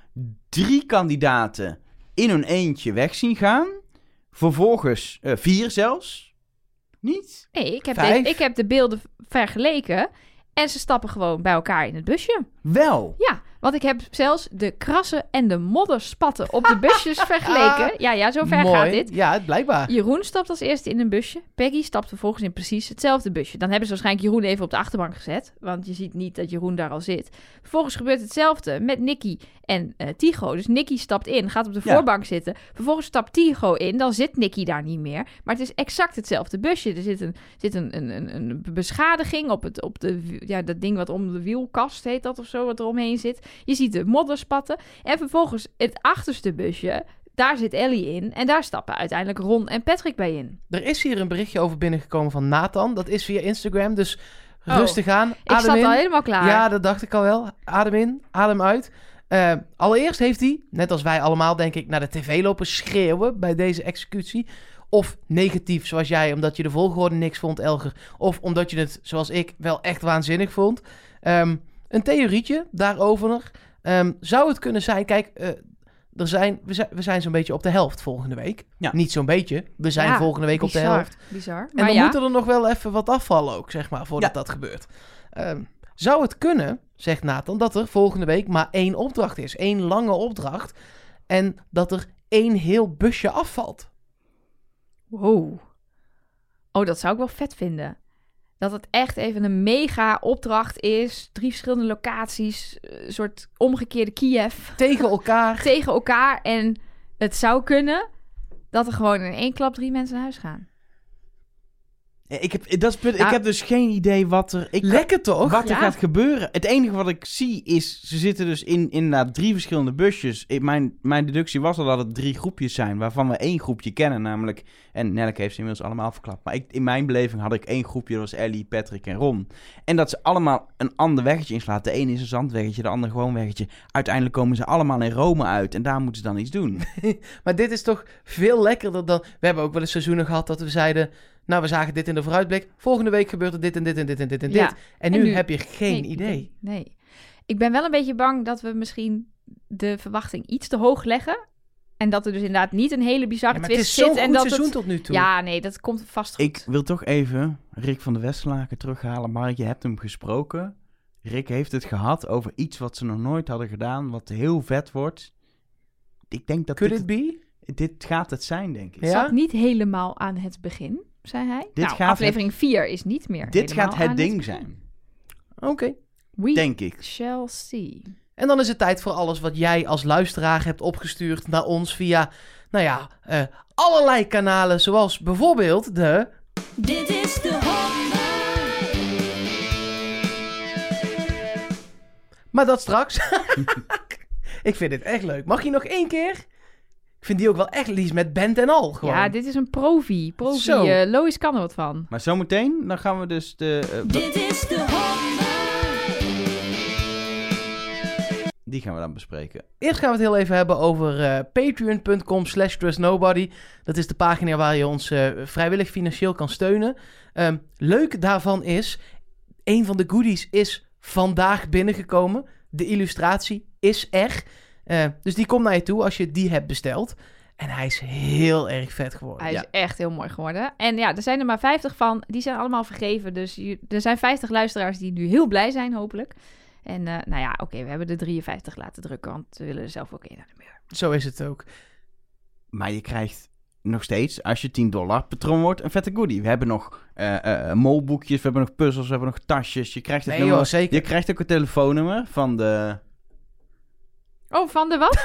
3 kandidaten in hun eentje weg zien gaan. Vervolgens 4 zelfs. Niet? Nee, ik heb, 5. ik heb de beelden vergeleken. En ze stappen gewoon bij elkaar in het busje. Wel. Ja, want ik heb zelfs de krassen en de modderspatten op de busjes vergeleken. Ja, zo ver Mooi. gaat dit. Ja, blijkbaar. Jeroen stapt als eerste in een busje. Peggy stapt vervolgens in precies hetzelfde busje. Dan hebben ze waarschijnlijk Jeroen even op de achterbank gezet. Want je ziet niet dat Jeroen daar al zit. Vervolgens gebeurt hetzelfde met Nicky en Tycho. Dus Nicky stapt in, gaat op de Ja. voorbank zitten. Vervolgens stapt Tycho in, dan zit Nicky daar niet meer. Maar het is exact hetzelfde busje. Er zit een beschadiging op dat ding wat om de wielkast heet dat of zo, wat er omheen zit. Je ziet de modderspatten. En vervolgens het achterste busje, daar zit Ellie in. En daar stappen uiteindelijk Ron en Patrick bij in. Er is hier een berichtje over binnengekomen van Nathan. Dat is via Instagram, dus Oh, rustig aan. Ik Adem zat in. al helemaal klaar. Ja, dat dacht ik al wel. Adem in, adem uit. Allereerst heeft hij, net als wij allemaal denk ik, naar de tv lopen schreeuwen bij deze executie. Of negatief, zoals jij, omdat je de volgorde niks vond, Elger. Of omdat je het, zoals ik, wel echt waanzinnig vond. Een theorietje daarover. Zou het kunnen zijn, kijk, we zijn zo'n beetje op de helft volgende week. Ja. Niet zo'n beetje, we zijn Ja, volgende week op de bizar, helft. Bizar. En Maar dan ja, moet er nog wel even wat afvallen ook, zeg maar, voordat dat gebeurt. Zou het kunnen, zegt Nathan, dat er volgende week maar 1 opdracht is. 1 lange opdracht. En dat er 1 heel busje afvalt. wow. Oh, dat zou ik wel vet vinden. Dat het echt even een mega opdracht is. 3 verschillende locaties. Een soort omgekeerde Kiev. Tegen elkaar. Tegen elkaar. En het zou kunnen dat er gewoon in 1 klap 3 mensen naar huis gaan. Ik Ja. heb dus geen idee wat er... Lekker toch? Wat er Ja. gaat gebeuren. Het enige wat ik zie is... Ze zitten dus in inderdaad 3 verschillende busjes. Mijn deductie was al dat het 3 groepjes zijn. Waarvan we 1 groepje kennen. Namelijk... En Nelleke heeft ze inmiddels allemaal verklapt. Maar in mijn beleving had ik 1 groepje. Dat was Ellie, Patrick en Ron. En dat ze allemaal een ander weggetje inslaan. De ene is een zandweggetje. De ander gewoon weggetje. Uiteindelijk komen ze allemaal in Rome uit. En daar moeten ze dan iets doen. Maar dit is toch veel lekkerder dan... We hebben ook wel eens seizoenen gehad dat we zeiden... Nou, we zagen dit in de vooruitblik. Volgende week gebeurt er dit en dit en dit en dit en Ja. dit. En nu heb je geen idee. Nee. Ik ben wel een beetje bang dat we misschien de verwachting iets te hoog leggen. En dat er dus inderdaad niet een hele bizarre Ja, maar het twist is zo'n zit. En goed dat seizoen het... tot nu toe. Ja, nee, dat komt vast goed. Ik wil toch even Rick van de Westerlaken terughalen. Mark, je hebt hem gesproken. Rick heeft het gehad over iets wat ze nog nooit hadden gedaan. Wat heel vet wordt. Ik denk dat Could it be? dit gaat het zijn, denk ik. Ja? Zat niet helemaal aan het begin, zei hij. Dit Nou, gaat aflevering 4 is niet meer Dit helemaal gaat het aan ding zijn, Oké. We denk ik. shall see. En dan is het tijd voor alles wat jij als luisteraar hebt opgestuurd naar ons via, allerlei kanalen. Zoals bijvoorbeeld de... Dit is de 100. Maar dat straks. Ik vind dit echt leuk. Mag je nog 1 keer? Ik vind die ook wel echt lies met band en al. Gewoon. Ja, dit is een profi. Zo. Lois kan er wat van. Maar zometeen, dan gaan we dus de... Dit is de 100. die gaan we dan bespreken. Eerst gaan we het heel even hebben over patreon.com/trustnobody. Dat is de pagina waar je ons vrijwillig financieel kan steunen. Leuk daarvan is... een van de goodies is vandaag binnengekomen. De illustratie is er. Dus die komt naar je toe als je die hebt besteld. En hij is heel erg vet geworden. Hij is echt heel mooi geworden. En ja, er zijn er maar 50 van. Die zijn allemaal vergeven. Dus er zijn 50 luisteraars die nu heel blij zijn, hopelijk. En we hebben er 53 laten drukken. Want we willen er zelf ook in naar de muur. Zo is het ook. Maar je krijgt nog steeds, als je $10 patron wordt, een vette goodie. We hebben nog molboekjes, we hebben nog puzzels, we hebben nog tasjes. Je krijgt, Zeker. Je krijgt ook een telefoonnummer van de... Oh, van de wat?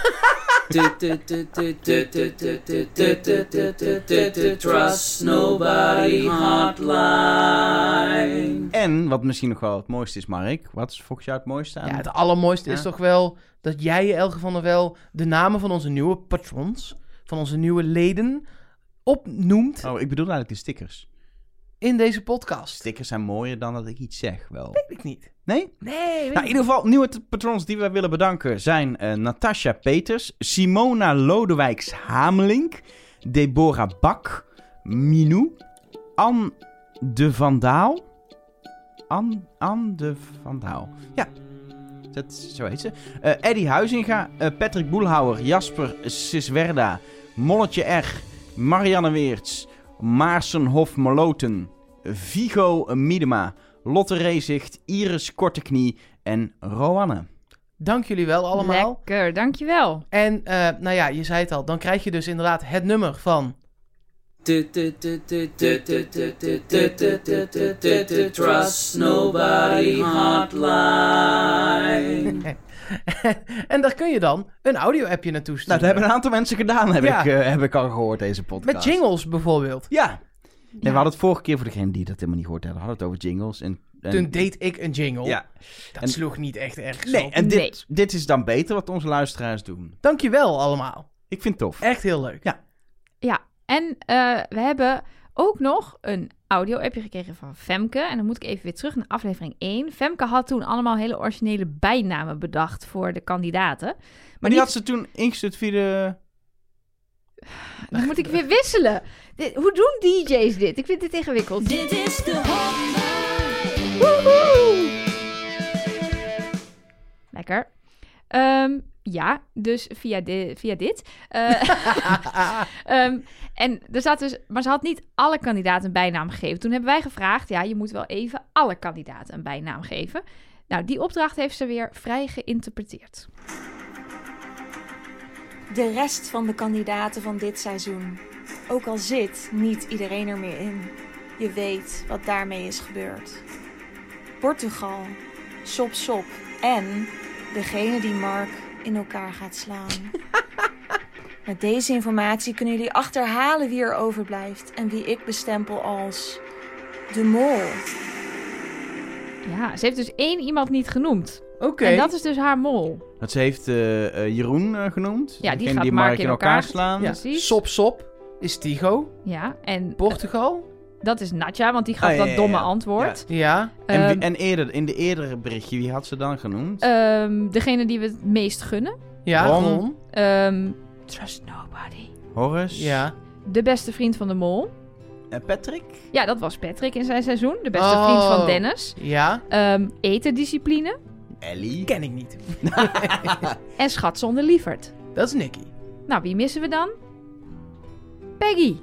Trust Nobody Hotline. En, wat misschien nog wel het mooiste is, Mark. Wat is volgens jou het mooiste aan? Ja, het allermooiste is toch wel dat jij, Elge van der Wel, de namen van onze nieuwe patrons, van onze nieuwe leden, opnoemt Oh, ik bedoel eigenlijk de stickers. in deze podcast. Stickers zijn mooier dan dat ik iets zeg, wel. Weet ik niet. Nee? Nee, Nou, in ieder geval, nieuwe patrons die we willen bedanken zijn Natasja Peters, Simona Lodewijks-Hamelink, Deborah Bak, Minou, Anne de Vandaal. Anne de Vandaal. Ja, zo heet ze. Eddie Huizinga, Patrick Boelhouwer, Jasper Siswerda, Molletje R, Marianne Weerts, Maarsen Hof-Moloten, Vigo Miedema, Lotte Rezicht, Iris Korteknie en Roanne. Dank jullie wel allemaal. Lekker, dankjewel. En je zei het al, dan krijg je dus inderdaad het nummer van... Trust Nobody Hotline. En daar kun je dan een audio-appje naartoe sturen. Nou, dat hebben een aantal mensen gedaan, heb ik al gehoord, deze podcast. Met jingles bijvoorbeeld. Ja. Nee, we hadden het vorige keer, voor degenen die dat helemaal niet gehoord hebben, hadden het over jingles. En Toen deed ik een jingle. Ja. Dat sloeg niet echt ergens Nee, op. en dit is dan beter wat onze luisteraars doen. Dankjewel allemaal. Ik vind het tof. Echt heel leuk. Ja. Ja, en we hebben ook nog een audio-appje gekregen van Femke. En dan moet ik even weer terug naar aflevering 1. Femke had toen allemaal hele originele bijnamen bedacht voor de kandidaten. Maar die had ze toen ingestuurd via de... Dan moet ik weer wisselen. Hoe doen DJ's dit? Ik vind dit ingewikkeld. Dit is de hotline. Woehoe! Lekker. Ja, dus via dit. En er zat dus... Maar ze had niet alle kandidaten een bijnaam gegeven. Toen hebben wij gevraagd... Ja, je moet wel even alle kandidaten een bijnaam geven. Nou, die opdracht heeft ze weer vrij geïnterpreteerd. De rest van de kandidaten van dit seizoen. Ook al zit niet iedereen er meer in. Je weet wat daarmee is gebeurd. Portugal, Sop Sop en degene die Mark in elkaar gaat slaan. Met deze informatie kunnen jullie achterhalen wie er overblijft en wie ik bestempel als de mol. Ja, ze heeft dus 1 iemand niet genoemd. Oké. En dat is dus haar mol. Dat ze heeft Jeroen genoemd. Ja, die Degene gaat die Mark Mark in in elkaar slaan. Ja. Precies. Sop Sop is Tigo. Ja, en Portugal. dat is Nadja, want die gaf ja, dat ja, domme ja. antwoord. Ja. En eerder, in de eerdere berichtje, wie had ze dan genoemd? Degene die we het meest gunnen. Ja, Ron. Ron. Trust nobody. Horace? Ja. De beste vriend van de mol. Patrick? Ja, dat was Patrick in zijn seizoen. De beste vriend van Dennis. Ja. Etendiscipline. Ellie? Ken ik niet. En schat zonder lieverd. Dat is Nicky. Nou, wie missen we dan? Peggy.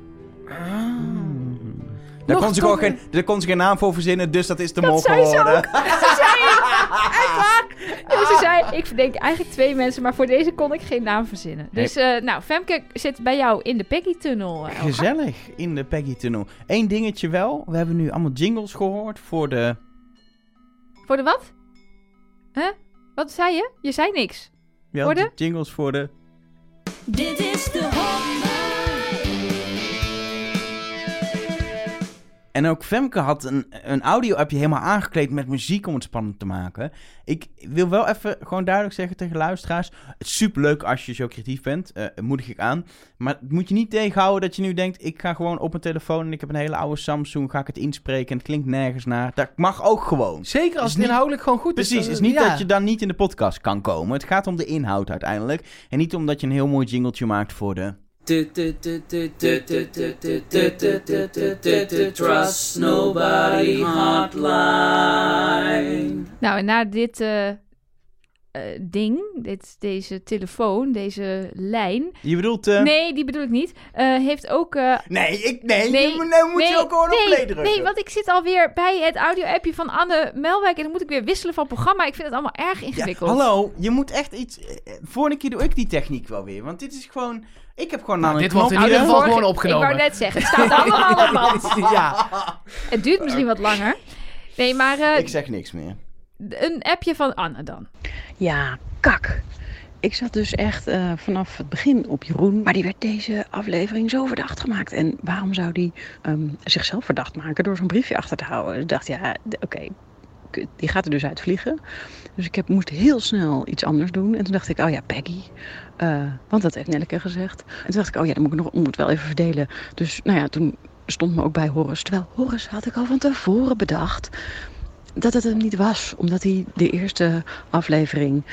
Daar Nog kon, ze toch gewoon daar kon ze geen naam voor verzinnen, dus dat is de mol zei ze geworden. ook. Ze zei echt waar. Ja, ze zei, ik verdenk eigenlijk 2 mensen, maar voor deze kon ik geen naam verzinnen. Dus, Femke zit bij jou in de Peggy-tunnel. Elga. Gezellig, in de Peggy-tunnel. Eén dingetje wel, we hebben nu allemaal jingles gehoord voor de... Voor de wat? Huh? Wat zei je? Je zei niks. Ja, Voor de? jingles voor de... Dit is de hotline. En ook Femke had een audio-appje helemaal aangekleed met muziek om het spannend te maken. Ik wil wel even gewoon duidelijk zeggen tegen luisteraars. Het is superleuk als je zo creatief bent. Moedig ik aan. Maar het moet je niet tegenhouden dat je nu denkt... Ik ga gewoon op mijn telefoon en ik heb een hele oude Samsung. Ga ik het inspreken en het klinkt nergens naar. Dat mag ook gewoon. Zeker als Is het niet- inhoudelijk gewoon goed is. Precies, het is niet dat je dan niet in de podcast kan komen. Het gaat om de inhoud uiteindelijk. En niet omdat je een heel mooi jingletje maakt voor de... Trust Nobody Hotline. Nou, en na dit deze telefoon, deze lijn... Je bedoelt... Nee, die bedoel ik niet. Heeft ook... Nee, je moet je ook gewoon op play drukken. Nee, want ik zit alweer bij het audio-appje van Anne Melwijk... en dan moet ik weer wisselen van programma. Ik vind het allemaal erg ingewikkeld. Ja, hallo, je moet echt iets... Vorige keer doe ik die techniek wel weer. Want dit is gewoon... Ik heb gewoon aan een dit knop... wordt in ieder geval gewoon opgenomen. Ik wou net zeggen, het staat allemaal op band. Ja. Het duurt misschien wat langer. Nee, maar... Ik zeg niks meer. Een appje van Anne dan. Ja, kak. Ik zat dus echt vanaf het begin op Jeroen. Maar die werd deze aflevering zo verdacht gemaakt. En waarom zou die zichzelf verdacht maken door zo'n briefje achter te houden? Ik dacht, ja, oké, die gaat er dus uitvliegen. Dus ik moest heel snel iets anders doen. En toen dacht ik, oh ja, Peggy. Want dat heeft Nelleke gezegd. En toen dacht ik, oh ja, dan moet het wel even verdelen. Dus nou ja, toen stond me ook bij Horace. Terwijl Horace had ik al van tevoren bedacht dat het hem niet was. Omdat hij de eerste aflevering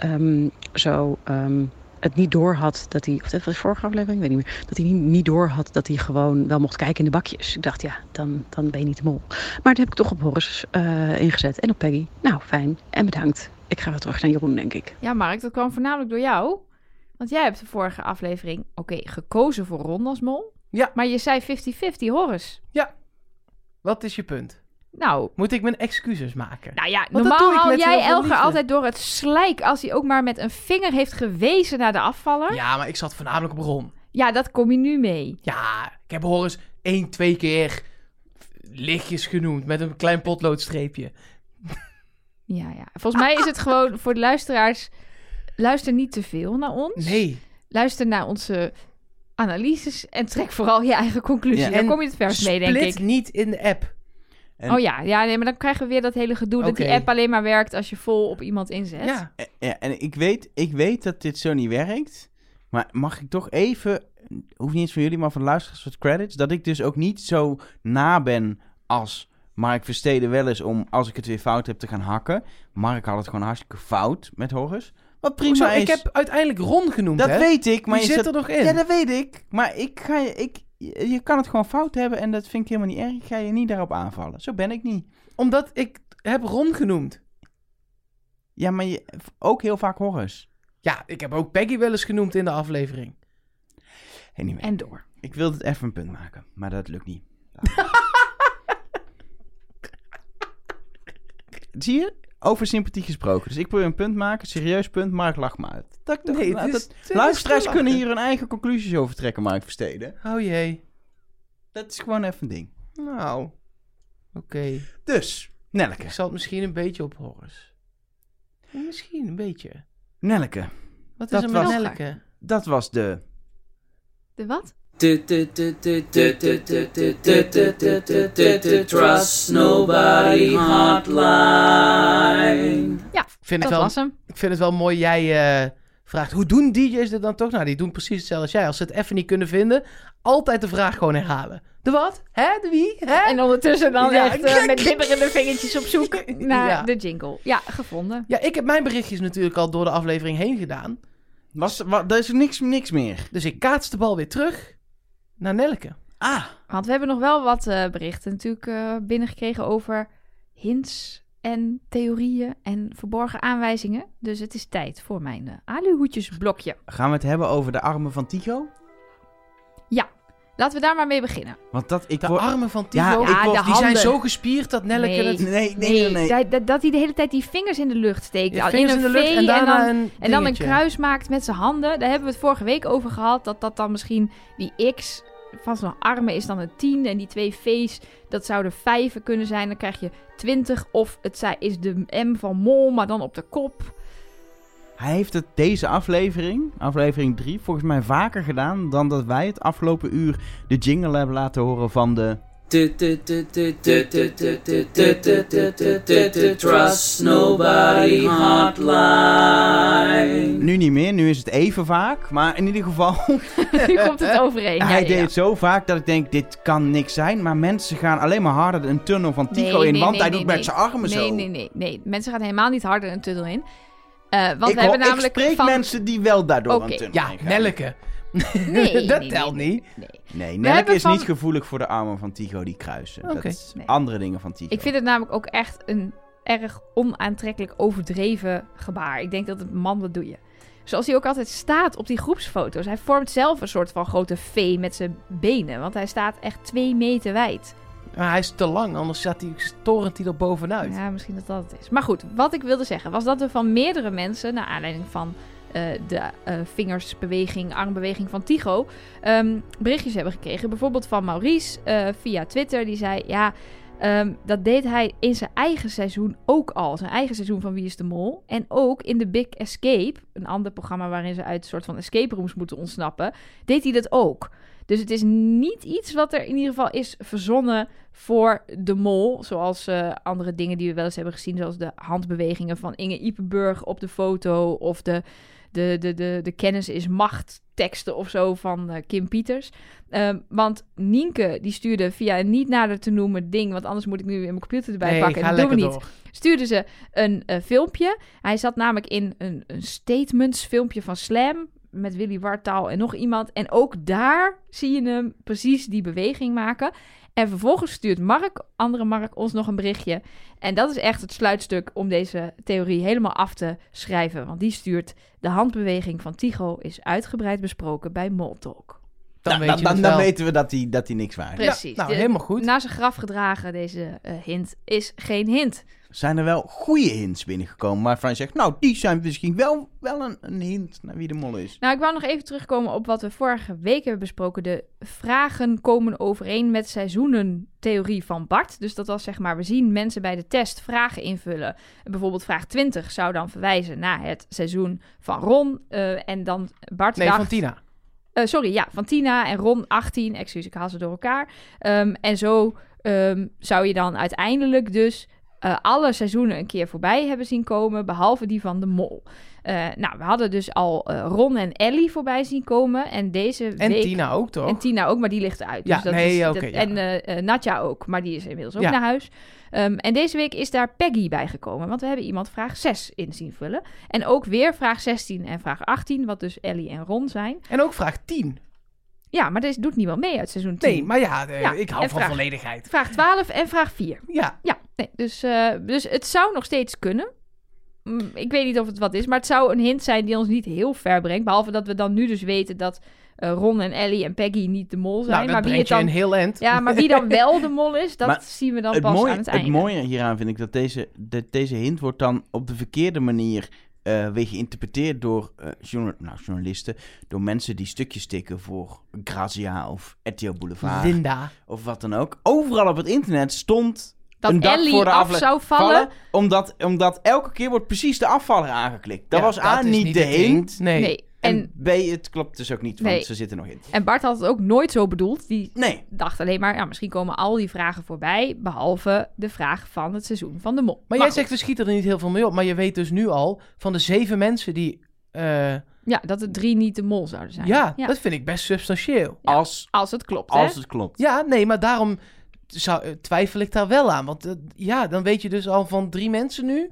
het niet door had dat hij... Of dat was de vorige aflevering? Ik weet niet meer. Dat hij niet door had dat hij gewoon wel mocht kijken in de bakjes. Ik dacht, ja, dan ben je niet de mol. Maar dat heb ik toch op Horace ingezet. En op Peggy. Nou, fijn. En bedankt. Ik ga weer terug naar Jeroen, denk ik. Ja, Mark, dat kwam voornamelijk door jou. Want jij hebt de vorige aflevering, gekozen voor Ron als mol. Ja. Maar je zei 50-50, Horace. Ja. Wat is je punt? Nou... Moet ik mijn excuses maken? Nou ja, Want dat normaal doe ik haal met jij heel veel Elger liefde. altijd door het slijk als hij ook maar met een vinger heeft gewezen naar de afvaller. Ja, maar ik zat voornamelijk op Ron. Ja, dat kom je nu mee. Ja, ik heb Horace 1-2 keer lichtjes genoemd met een klein potloodstreepje. Ja. Volgens mij is het gewoon voor de luisteraars... Luister niet te veel naar ons. Nee. Luister naar onze analyses en trek vooral je eigen conclusie. Ja. Dan kom je het verst mee, denk ik. Split niet in de app. En- Oh ja, nee, maar dan krijgen we weer dat hele gedoe dat die Oké. app alleen maar werkt als je vol op iemand inzet. Ja. Ja, en ik weet dat dit zo niet werkt. Maar mag ik toch even... Hoeft niet eens van jullie, maar van de luisteraars wat credits. Dat ik dus ook niet zo na ben als Mark Versteden wel eens om, als ik het weer fout heb, te gaan hakken. Mark had het gewoon hartstikke fout met Horace. Wat prima Hoezo? is. Ik heb uiteindelijk Ron genoemd, Dat hè? weet ik, maar Die je zit er nog in. Ja, dat weet ik. Maar je kan het gewoon fout hebben en dat vind ik helemaal niet erg. Ik ga je niet daarop aanvallen. Zo ben ik niet. Omdat ik heb Ron genoemd. Ja, maar ook heel vaak Horace. Ja, ik heb ook Peggy wel eens genoemd in de aflevering. Anyway, En door. ik wilde het even een punt maken, maar dat lukt niet. Zie je? Over sympathie gesproken. Dus ik probeer een punt maken, serieus punt, Mark lach me uit. Luisteraars kunnen hier hun eigen conclusies over trekken, Mark Versteden. Oh jee. Dat is gewoon even een ding. Nou, oké. Dus, Nelleke. Ik zal het misschien een beetje op Horace. Misschien een beetje. Nelleke, Wat Dat is er met was- Nelleke? dat was de... De wat? Trust Nobody Hotline. Ja, Ik vind dat het wel, was hem. ik vind het wel mooi. Jij vraagt, hoe doen DJ's dit dan toch? Nou, die doen precies hetzelfde als jij. Als ze het even niet kunnen vinden, altijd de vraag gewoon herhalen. De wat? Hè? De wie? Hè? En ondertussen dan Ja. echt met bibberende vingertjes op zoek naar Ja. de jingle. Ja, gevonden. Ja, ik heb mijn berichtjes natuurlijk al door de aflevering heen gedaan. Er is niks meer. Dus ik kaats de bal weer terug naar Nelleke. Ah, Want we hebben nog wel wat berichten natuurlijk binnengekregen over hints en theorieën en verborgen aanwijzingen. Dus het is tijd voor mijn aluhoedjesblokje. gaan we het hebben over de armen van Tycho? Laten we daar maar mee beginnen. Want dat ik De word... armen van Tycho, Ja, de die zijn handen. zo gespierd dat Nelleke Nee. het... Nee. Dat hij de hele tijd die vingers in de lucht steekt. Ja, in vingers een in de lucht V en daarna en dan een dingetje. kruis maakt met zijn handen. Daar hebben we het vorige week over gehad. Dat dan misschien die X van zijn armen is dan een 10. En die 2 V's, dat zouden 5 kunnen zijn. Dan krijg je 20. Of het is de M van Mol, maar dan op de kop. Hij heeft het deze aflevering 3, volgens mij vaker gedaan dan dat wij het afgelopen uur de jingle hebben laten horen van de... Trust Nobody Hotline. Nu niet meer, nu is het even vaak. Maar in ieder geval, Nu komt het overeen. hij Ja, deed ja. het zo vaak dat ik denk, dit kan niks zijn. Maar mensen gaan alleen maar harder een tunnel van Tycho in, want hij doet met zijn armen zo. Nee. Mensen gaan helemaal niet harder een tunnel in. Want Ik we hebben ik namelijk spreek van... mensen die wel daardoor Oké, een tunnel Ja, in gaan. Nelleke. Nee, Dat nee, telt nee, niet. Nee. Nee, Nelleke hebben is van- niet gevoelig voor de armen van Tycho die kruisen. Oké. Dat is Nee. andere dingen van Tycho. Ik vind het namelijk ook echt een erg onaantrekkelijk overdreven gebaar. Ik denk dat het man, wat doe je? Zoals hij ook altijd staat op die groepsfoto's. Hij vormt zelf een soort van grote V met zijn benen. Want hij staat echt 2 meter wijd. Maar hij is te lang, anders torent hij er bovenuit. Ja, misschien dat dat het is. Maar goed, wat ik wilde zeggen was dat we van meerdere mensen, naar aanleiding van de vingersbeweging, armbeweging van Tycho, berichtjes hebben gekregen. Bijvoorbeeld van Maurice via Twitter. Die zei, ja, dat deed hij in zijn eigen seizoen ook al. Zijn eigen seizoen van Wie is de Mol. En ook in The Big Escape, een ander programma waarin ze uit een soort van escape rooms moeten ontsnappen, deed hij dat ook. Dus het is niet iets wat er in ieder geval is verzonnen voor de mol. Zoals andere dingen die we wel eens hebben gezien. Zoals de handbewegingen van Inge Ippenburg op de foto. Of de kennis is macht teksten of zo van Kim Pieters. Want Nienke die stuurde via een niet nader te noemen ding. Want anders moet ik nu in mijn computer erbij pakken. Ga En dat doen we lekker niet. door. Stuurde ze een filmpje. Hij zat namelijk in een statements filmpje van Slam. Met Willy Wartaal en nog iemand. En ook daar zie je hem precies die beweging maken. En vervolgens stuurt andere Mark, ons nog een berichtje. En dat is echt het sluitstuk om deze theorie helemaal af te schrijven. Want die stuurt: de handbeweging van Tycho is uitgebreid besproken bij Moltalk. Dan weet je het dan wel. weten we dat hij niks waard is. Precies. Ja, nou, helemaal goed. Naar zijn graf gedragen, deze hint is geen hint. Zijn er wel goede hints binnengekomen waarvan je zegt, nou, die zijn misschien wel een hint naar wie de mol is. Nou, ik wou nog even terugkomen op wat we vorige week hebben besproken. De vragen komen overeen met seizoenentheorie van Bart. Dus dat was zeg maar, we zien mensen bij de test vragen invullen. Bijvoorbeeld vraag 20 zou dan verwijzen naar het seizoen van Ron. En dan Bart Nee, dacht... van Tina. Van Tina en Ron 18. Excuus, ik haal ze door elkaar. En zo zou je dan uiteindelijk dus alle seizoenen een keer voorbij hebben zien komen, behalve die van de mol. Nou, we hadden dus al Ron en Ellie voorbij zien komen. En deze En week... Tina ook, toch? En Tina ook, maar die ligt eruit. Ja, Dus dat nee, is, oké, ja. En Natja ook, maar die is inmiddels ook Ja. naar huis. En deze week is daar Peggy bijgekomen, want we hebben iemand vraag 6 in zien vullen. En ook weer vraag 16 en vraag 18, wat dus Ellie en Ron zijn. En ook vraag 10. Ja, maar deze doet niemand mee uit seizoen 10. Nee, maar ja, Ja, ik hou en van vraag- volledigheid. Vraag 12 en vraag 4. Ja, Ja, nee, dus het zou nog steeds kunnen. Ik weet niet of het wat is, maar het zou een hint zijn die ons niet heel ver brengt. Behalve dat we dan nu dus weten dat Ron en Ellie en Peggy niet de mol zijn. nou, dat maar wie brengt het je dan... een heel eind. Ja, maar wie dan wel de mol is, dat Maar zien we dan pas aan het einde. Het mooie hieraan vind ik dat deze hint wordt dan op de verkeerde manier weer geïnterpreteerd door journalisten. Door mensen die stukjes tikken voor Grazia of RTL Boulevard. Linda. Of wat dan ook. Overal op het internet stond Dat een dag Ellie voor de af zou vallen. omdat elke keer wordt precies de afvaller aangeklikt. Dat Ja, was A, is niet de het ding. hint. Nee. Nee. En B, het klopt dus ook niet, want Nee. ze zitten nog in. En Bart had het ook nooit zo bedoeld. Die Nee. dacht alleen maar, ja, misschien komen al die vragen voorbij, behalve de vraag van het seizoen van de mol. Maar jij goed. zegt, we schieten er niet heel veel mee op. Maar je weet dus nu al, van de 7 mensen die... Ja, dat er 3 niet de mol zouden zijn. ja, dat vind ik best substantieel. Ja. Als Als het klopt, hè? het klopt. Ja, nee, maar daarom twijfel ik daar wel aan. Want dan weet je dus al van 3 mensen nu.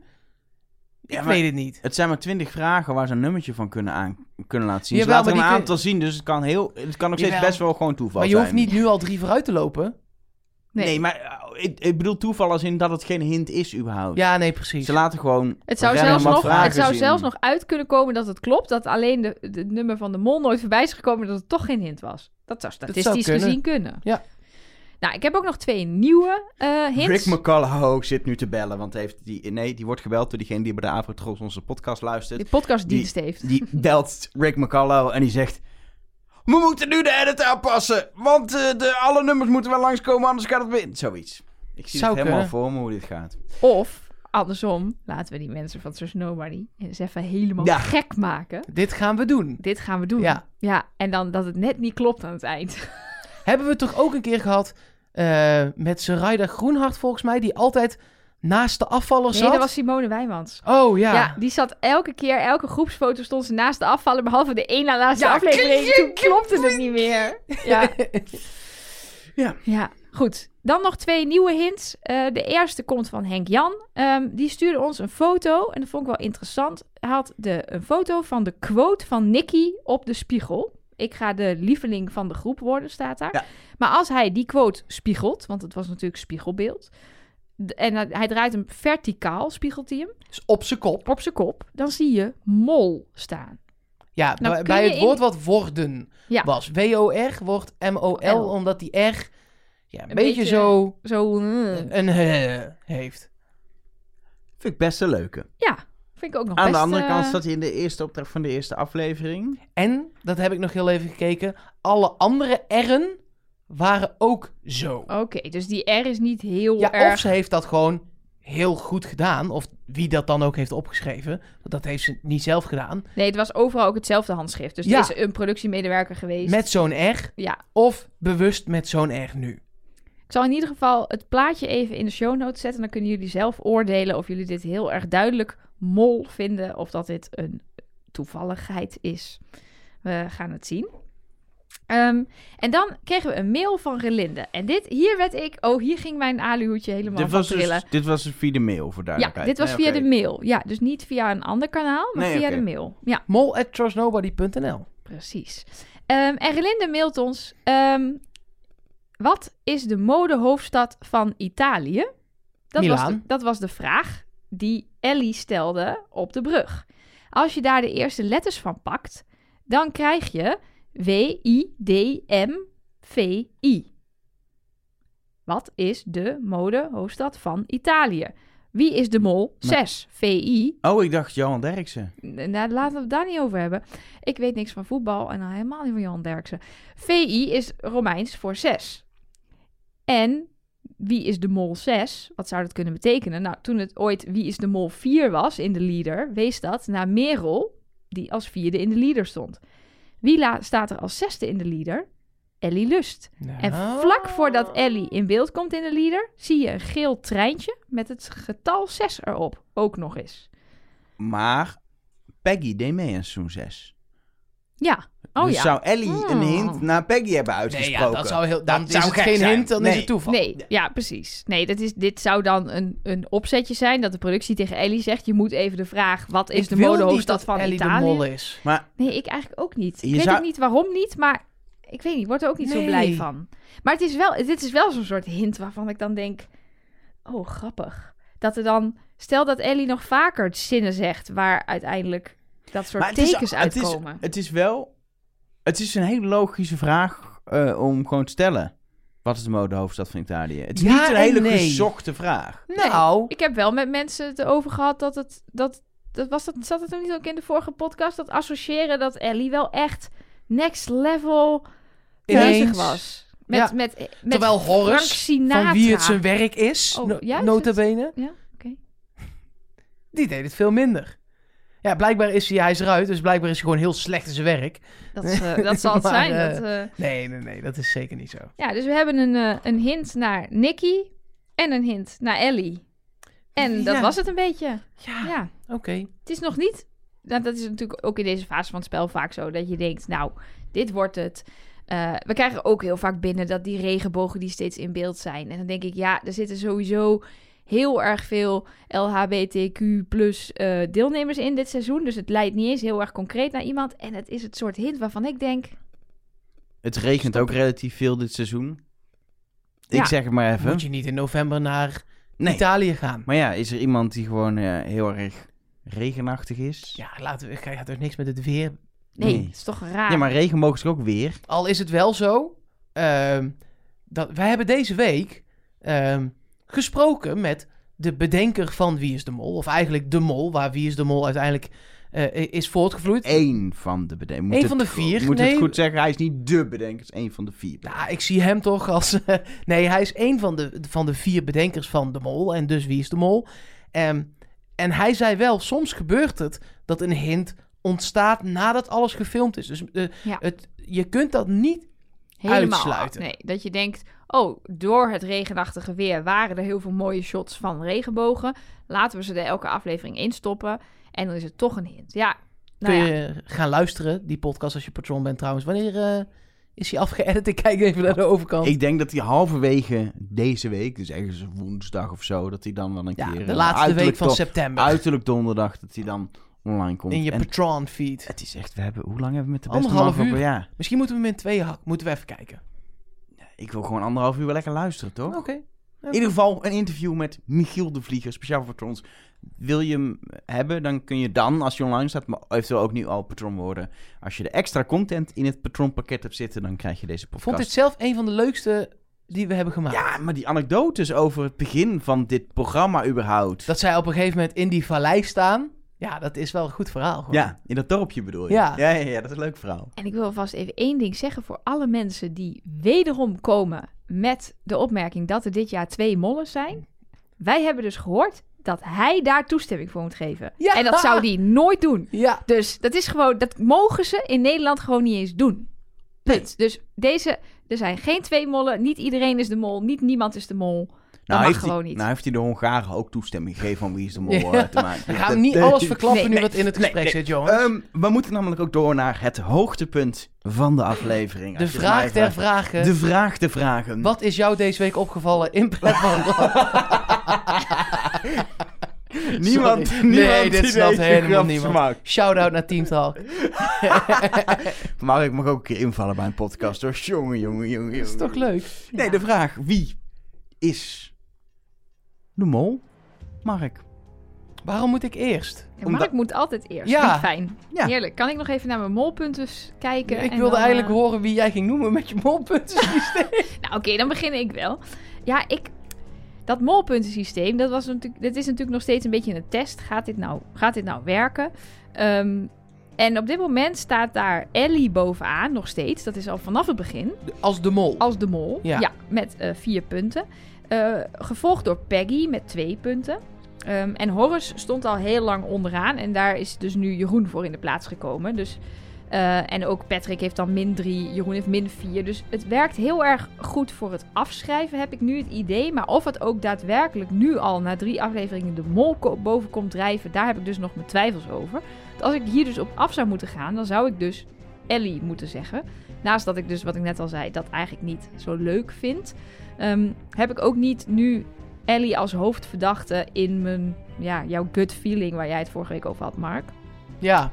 Ik Ja, maar weet het niet. Het zijn maar 20 vragen waar ze een nummertje van kunnen laten zien. Jawel, Ze laten maar een die aantal zien, dus het kan nog steeds Jawel. best wel gewoon toeval Maar je zijn. hoeft niet nu al 3 vooruit te lopen. Nee, maar ik bedoel toeval als in dat het geen hint is überhaupt. Ja, nee, precies. Ze laten gewoon Het zou, random zelfs wat nog, vragen het zou zien. zelfs nog uit kunnen komen dat het klopt. Dat alleen de nummer van de mol nooit voorbij is gekomen. Dat het toch geen hint was. Dat zou statistisch kunnen. gezien kunnen. Ja. Nou, ik heb ook nog 2 nieuwe hints. Rick McCullough zit nu te bellen, want die wordt gebeld door diegene die bij de Avrotros onze podcast luistert. Die podcastdienst heeft. Die belt Rick McCullough en die zegt: we moeten nu de edit aanpassen, want alle nummers moeten wel langskomen, anders gaat het weer... Zoiets. Ik zie Zou het helemaal kunnen. voor me hoe dit gaat. Of, andersom, laten we die mensen van Trust Nobody eens even helemaal Ja. gek maken. Dit gaan we doen. Dit gaan we doen. Ja. Ja, en dan dat het net niet klopt aan het eind. Hebben we toch ook een keer gehad met Sarayda Groenhart volgens mij, die altijd naast de afvaller Nee, zat? dat was Simone Wijmans. Oh ja. Ja, die zat elke keer, elke groepsfoto stond ze naast de afvaller, behalve de één na laatste Ja, aflevering. Toen klopte het niet meer. Ja. Ja, goed. Dan nog 2 nieuwe hints. De eerste komt van Henk Jan. Die stuurde ons een foto en dat vond ik wel interessant. Hij had een foto van de quote van Nicky op de spiegel. Ik ga de lieveling van de groep worden, staat daar. Ja. Maar als hij die quote spiegelt, want het was natuurlijk spiegelbeeld. En hij draait hem verticaal, spiegelt hij hem, Dus op zijn kop. op zijn kop. Dan zie je mol staan. Ja, Nou, kun bij je het in- woord wat worden Ja. was. W-O-R wordt M-O-L, L. omdat die R een beetje beetje zo Zo, een heeft. Vind ik best een leuke. ja, vind ik ook nog Aan best... de andere kant staat hij in de eerste opdracht van de eerste aflevering. En, dat heb ik nog heel even gekeken, alle andere R'en waren ook zo. Oké, dus die R is niet heel Ja, erg... of ze heeft dat gewoon heel goed gedaan. Of wie dat dan ook heeft opgeschreven. Dat heeft ze niet zelf gedaan. Nee, het was overal ook hetzelfde handschrift. Dus Ja. het is een productiemedewerker geweest. Met zo'n R. Ja. Of bewust met zo'n R nu. Ik zal in ieder geval het plaatje even in de show notes zetten. Dan kunnen jullie zelf oordelen of jullie dit heel erg duidelijk mol vinden. Of dat dit een toevalligheid is. We gaan het zien. En dan kregen we een mail van Relinde. En hier werd ik... Oh, hier ging mijn aluhoedje helemaal van trillen. Dit was dus via de mail, voor Ja, duidelijkheid. dit was Nee, via oké. de mail. Ja, dus niet via een ander kanaal, maar Nee, via oké. de mail. Ja, mol@trustnobody.nl. precies. En Relinde mailt ons... wat is de modehoofdstad van Italië? Milaan. Dat was de vraag die Ellie stelde op de brug. Als je daar de eerste letters van pakt, dan krijg je W-I-D-M-V-I. Wat is de modehoofdstad van Italië? Wie is de mol? 6. V-I. Oh, ik dacht Johan Derksen. Nou, laten we het daar niet over hebben. Ik weet niks van voetbal en dan helemaal niet van Johan Derksen. VI is Romeins voor 6. En wie is de mol 6? Wat zou dat kunnen betekenen? Nou, toen het ooit wie is de mol 4 was in de leader, wees dat naar Merel, die als 4e in de leader stond. Wie staat er als 6e in de leader? Ellie Lust. En vlak voordat Ellie in beeld komt in de leader, zie je een geel treintje met het getal 6 erop. Ook nog eens. Maar Peggy deed mee in seizoen 6. Ja. Oh dus ja. zou Ellie een hint naar Peggy hebben Nee, uitgesproken? ja, dat zou heel... Dat Dan zou is het gek geen zijn. hint, dan Nee. is het toeval. Nee, ja, precies. Nee, dit zou dan een opzetje zijn dat de productie tegen Ellie zegt, je moet even de vraag, wat is de modehoofdstad van Ellie Italië? de mol is. Maar Nee, ik eigenlijk ook niet. Je Ik weet zou- ook niet waarom niet, maar ik weet niet, word er ook niet zo Nee. blij van. Maar dit is wel zo'n soort hint waarvan ik dan denk, oh, grappig. Dat er dan, stel dat Ellie nog vaker zinnen zegt waar uiteindelijk dat soort Maar tekens uitkomen. Het is een hele logische vraag om gewoon te stellen. Wat is de modehoofdstad van Italië? Het is Ja niet een en hele nee. gezochte vraag. Nou, Ik heb wel met mensen het over gehad zat het nog niet ook in de vorige podcast, dat associëren dat Ellie wel echt next level bezig ineens. was. Ja. Met Terwijl Frank Horace, Sinatra. van wie het zijn werk is, Oh, ja, is nota bene, Ja, oké. die deed het veel minder. Ja, blijkbaar is hij is eruit, dus blijkbaar is hij gewoon heel slecht in zijn werk. Dat zal het Maar, zijn. Nee, dat is zeker niet zo. Ja, dus we hebben een hint naar Nicky en een hint naar Ellie. En dat Ja. was het een beetje. Ja, Ja, oké. het is nog niet... Nou, dat is natuurlijk ook in deze fase van het spel vaak zo. Dat je denkt, nou, dit wordt het. We krijgen ook heel vaak binnen dat die regenbogen die steeds in beeld zijn. En dan denk ik, ja, er zitten sowieso heel erg veel LHBTQ plus deelnemers in dit seizoen. Dus het leidt niet eens heel erg concreet naar iemand. En het is het soort hint waarvan ik denk... Het regent ook relatief veel dit seizoen. Ja. Ik zeg het maar even. Moet je niet in november naar Nee. Italië gaan. Maar ja, is er iemand die gewoon heel erg regenachtig is? Ja, ik ga toch niks met het weer. Nee, Nee. het is toch raar. Ja, maar regen mogen ze ook weer. Al is het wel zo, dat wij hebben deze week gesproken met de bedenker van Wie is de Mol. Of eigenlijk de Mol, waar Wie is de Mol uiteindelijk is voortgevloeid. Eén van de bedenkers. Eén van de 4. Moet Nee. het goed zeggen, hij is niet de bedenker, het is één van de 4. Nou, ik zie hem toch als... nee, hij is één van de 4 bedenkers van de Mol. En dus Wie is de Mol? En hij zei wel, soms gebeurt het dat een hint ontstaat nadat alles gefilmd is. Dus Ja. je kunt dat niet Helemaal. uitsluiten. Nee, dat je denkt, oh, door het regenachtige weer waren er heel veel mooie shots van regenbogen. Laten we ze er elke aflevering in stoppen. En dan is het toch een hint. Ja, nou Kun ja. je gaan luisteren, die podcast, als je patron bent trouwens. Wanneer is hij afgeëdit? Ik kijk even naar de overkant. Ik denk dat hij halverwege deze week, dus ergens een woensdag of zo, dat hij dan wel een ja, keer... de laatste week van september. Uiterlijk donderdag, dat hij dan online komt. In je En Patreon feed. het is echt, hoe lang hebben we met de beste 1,5 man uur. voor? Ja, Misschien moeten we hem in 2 hakken. Moeten we even kijken. ik wil gewoon 1,5 uur wel lekker luisteren, toch? Oké. In ieder geval een interview met Michiel de Vlieger, speciaal voor patrons. Wil je hem hebben, dan kun je dan, als je online staat, maar eventueel ook nu al patron worden. Als je de extra content in het patronpakket hebt zitten, dan krijg je deze podcast. Vond dit zelf een van de leukste die we hebben gemaakt. Ja, maar die anekdotes over het begin van dit programma überhaupt. Dat zij op een gegeven moment in die vallei staan. Ja, dat is wel een goed verhaal. Gewoon. Ja, in dat dorpje bedoel je? Ja. Ja, dat is een leuk verhaal. En ik wil vast even 1 ding zeggen voor alle mensen die wederom komen met de opmerking dat er dit jaar 2 mollen zijn. Wij hebben dus gehoord dat hij daar toestemming voor moet geven. Ja. En dat zou hij nooit doen. Ja. Dus dat is gewoon, dat mogen ze in Nederland gewoon niet eens doen. Punt. Dus er zijn geen 2 mollen. Niet iedereen is de mol. Niet niemand is de mol. Dat mag gewoon niet. Nou heeft hij de Hongaren ook toestemming gegeven om wie is de mol Ja. te maken. We gaan niet alles verklappen nu nee, wat in het gesprek zit, jongens. We moeten namelijk ook door naar het hoogtepunt van de aflevering. De Als je het vraag mij der vraagt. vragen. De vraag te vragen. Wat is jou deze week opgevallen in Pretparkland? Niemand, Sorry. niemand Nee, dit die snapt deze helemaal grap niemand. smaakt. Shout-out naar Team Talk. Maar ik mag ook een keer invallen bij een podcast hoor. Jongen. Dat is toch leuk? Nee, de vraag wie is de mol? Mark. Waarom moet ik eerst? Ja, Mark moet altijd eerst. Ja. Vind ik fijn. Ja. Heerlijk. Kan ik nog even naar mijn molpunten kijken? Ik en wilde dan, eigenlijk horen wie jij ging noemen met je molpuntensysteem. Nou, oké, dan begin ik wel. Ja, dat molpuntensysteem, dat is natuurlijk nog steeds een beetje een test. Gaat dit nou werken? En op dit moment staat daar Ellie bovenaan, nog steeds. Dat is al vanaf het begin. Als de mol. Als de mol. Ja. Ja, met 4 punten. Gevolgd door Peggy met 2 punten. En Horace stond al heel lang onderaan. En daar is dus nu Jeroen voor in de plaats gekomen. Dus, en ook Patrick heeft dan -3. Jeroen heeft -4. Dus het werkt heel erg goed voor het afschrijven, heb ik nu het idee. Maar of het ook daadwerkelijk nu al na 3 afleveringen de mol boven komt drijven, daar heb ik dus nog mijn twijfels over. Want als ik hier dus op af zou moeten gaan, dan zou ik dus Ellie moeten zeggen. Naast dat ik dus, wat ik net al zei, dat eigenlijk niet zo leuk vind. Heb ik ook niet nu Ellie als hoofdverdachte in mijn, jouw gut feeling waar jij het vorige week over had, Mark. Ja.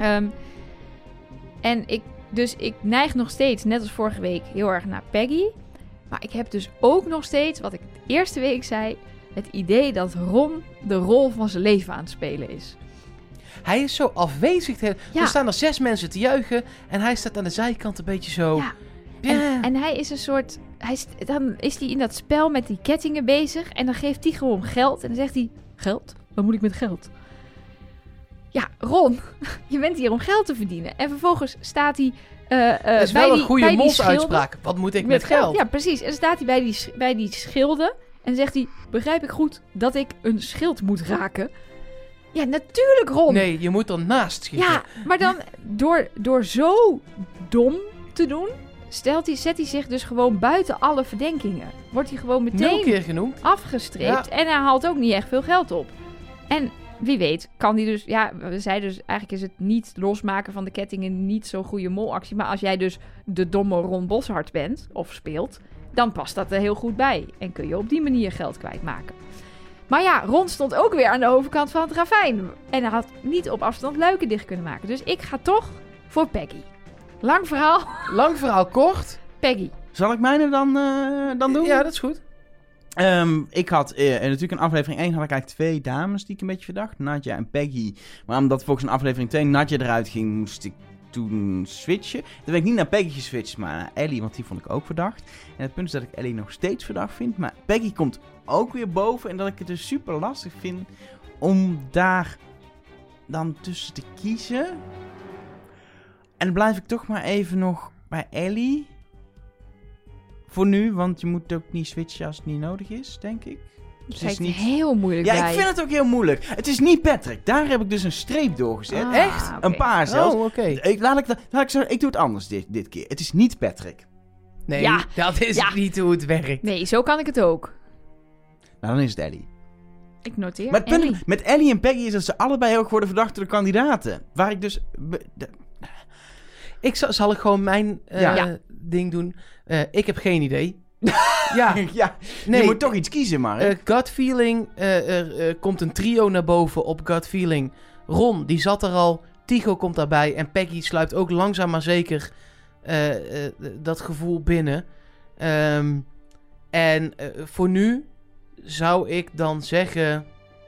En ik neig nog steeds, net als vorige week, heel erg naar Peggy. Maar ik heb dus ook nog steeds, wat ik de eerste week zei, het idee dat Ron de rol van zijn leven aan het spelen is. Hij is zo afwezig. Ja. Er staan er 6 mensen te juichen en hij staat aan de zijkant een beetje zo. Ja. Ja. En hij is een soort... Dan is hij in dat spel met die kettingen bezig. En dan geeft hij gewoon geld. En dan zegt hij... Geld? Wat moet ik met geld? Ja, Ron. Je bent hier om geld te verdienen. En vervolgens staat hij... Dat is wel een goede mosuitspraak. Wat moet ik met geld? Ja, precies. En dan staat hij bij die schilden. En zegt hij... Begrijp ik goed dat ik een schild moet raken? Ja, natuurlijk, Ron. Nee, je moet ernaast schieten. Ja, maar dan door zo dom te doen... zet hij zich dus gewoon buiten alle verdenkingen. Wordt hij gewoon 0 meteen keer genoemd. afgestreept. Ja. En hij haalt ook niet echt veel geld op. En wie weet, kan hij dus... Ja, we zeiden dus eigenlijk is het niet losmaken van de kettingen niet zo'n goede molactie. Maar als jij dus de domme Ron Boshart bent, of speelt... dan past dat er heel goed bij. En kun je op die manier geld kwijtmaken. Maar ja, Ron stond ook weer aan de overkant van het ravijn. En hij had niet op afstand luiken dicht kunnen maken. Dus ik ga toch voor Peggy. Lang verhaal. Lang verhaal kort. Peggy. Zal ik mijne dan doen? Ja, dat is goed. Ik had natuurlijk in aflevering 1 had ik eigenlijk 2 dames die ik een beetje verdacht. Nadja en Peggy. Maar omdat volgens een aflevering 2 Nadja eruit ging, moest ik toen switchen. Dan ben ik niet naar Peggy geswitcht, maar naar Ellie, want die vond ik ook verdacht. En het punt is dat ik Ellie nog steeds verdacht vind. Maar Peggy komt ook weer boven. En dat ik het dus super lastig vind om daar dan tussen te kiezen. En dan blijf ik toch maar even nog bij Ellie. Voor nu, want je moet ook niet switchen als het niet nodig is, denk ik. Het is is niet... heel moeilijk Ja, bij. ik vind het ook heel moeilijk. Het is niet Patrick. Daar heb ik dus een streep doorgezet. Ah, Echt? oké. Een paar zelfs. Oh, oké. Ik doe het anders dit keer. Het is niet Patrick. Nee, Ja. dat is Ja. niet hoe het werkt. Nee, zo kan ik het ook. Nou, dan is het Ellie. Ik noteer Maar het punt Ellie. met Ellie en Peggy is dat ze allebei ook worden verdacht door de kandidaten. Waar ik dus... Zal ik gewoon mijn Ja. ding doen? Ik heb geen idee. Ja, ja, nee. je moet toch iets kiezen, maar. Gut feeling. Er komt een trio naar boven op gut feeling. Ron, die zat er al. Tycho komt daarbij. En Peggy sluipt ook langzaam maar zeker dat gevoel binnen. Voor nu zou ik dan zeggen...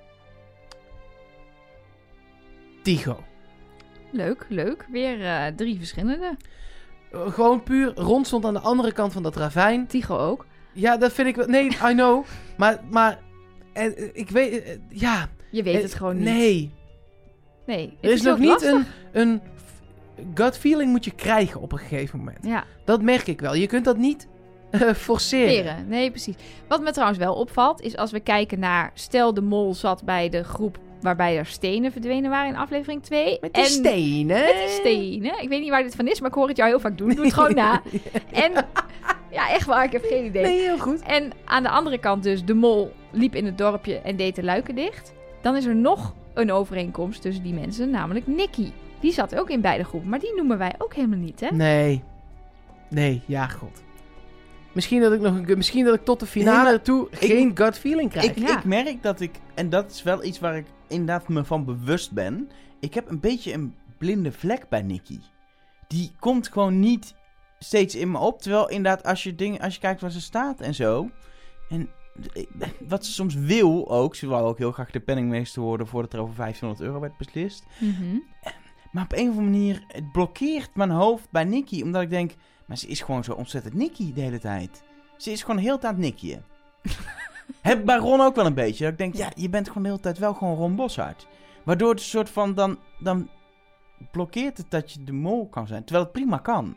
Tycho. Leuk. Weer 3 verschillende. Gewoon puur, Ron stond aan de andere kant van dat ravijn. Tycho ook. Ja, dat vind ik wel... Nee, I know. Maar ik weet... ja. Je weet het gewoon niet. Nee. Er is nog niet een gut feeling moet je krijgen op een gegeven moment. Ja. Dat merk ik wel. Je kunt dat niet forceren. Nee, precies. Wat me trouwens wel opvalt, is als we kijken naar... Stel, de mol zat bij de groep waarbij er stenen verdwenen waren in aflevering 2. Met die stenen. Ik weet niet waar dit van is, maar ik hoor het jou heel vaak doen. Doe het gewoon na. En ja, echt waar, ik heb geen idee. Nee, heel goed. En aan de andere kant dus, de mol liep in het dorpje en deed de luiken dicht. Dan is er nog een overeenkomst tussen die mensen, namelijk Nicky. Die zat ook in beide groepen, maar die noemen wij ook helemaal niet, hè? Nee, ja, god. Misschien dat ik tot de finale toe geen gut feeling krijg. Ik merk dat ik, en dat is wel iets waar ik inderdaad me van bewust ben. Ik heb een beetje een blinde vlek bij Nicky. Die komt gewoon niet steeds in me op. Terwijl inderdaad, als je kijkt waar ze staat en zo. En wat ze soms wil ook. Ze wou ook heel graag de penningmeester worden voordat er over €1500 werd beslist. Mm-hmm. Maar op een of andere manier, het blokkeert mijn hoofd bij Nicky. Omdat ik denk, maar ze is gewoon zo ontzettend Nicky de hele tijd. Ze is gewoon de hele tijd Nicky. Heb bij Ron ook wel een beetje. Dat ik denk, ja, je bent gewoon de hele tijd wel gewoon Ron Bossard. Waardoor het een soort van, dan blokkeert het dat je de mol kan zijn. Terwijl het prima kan.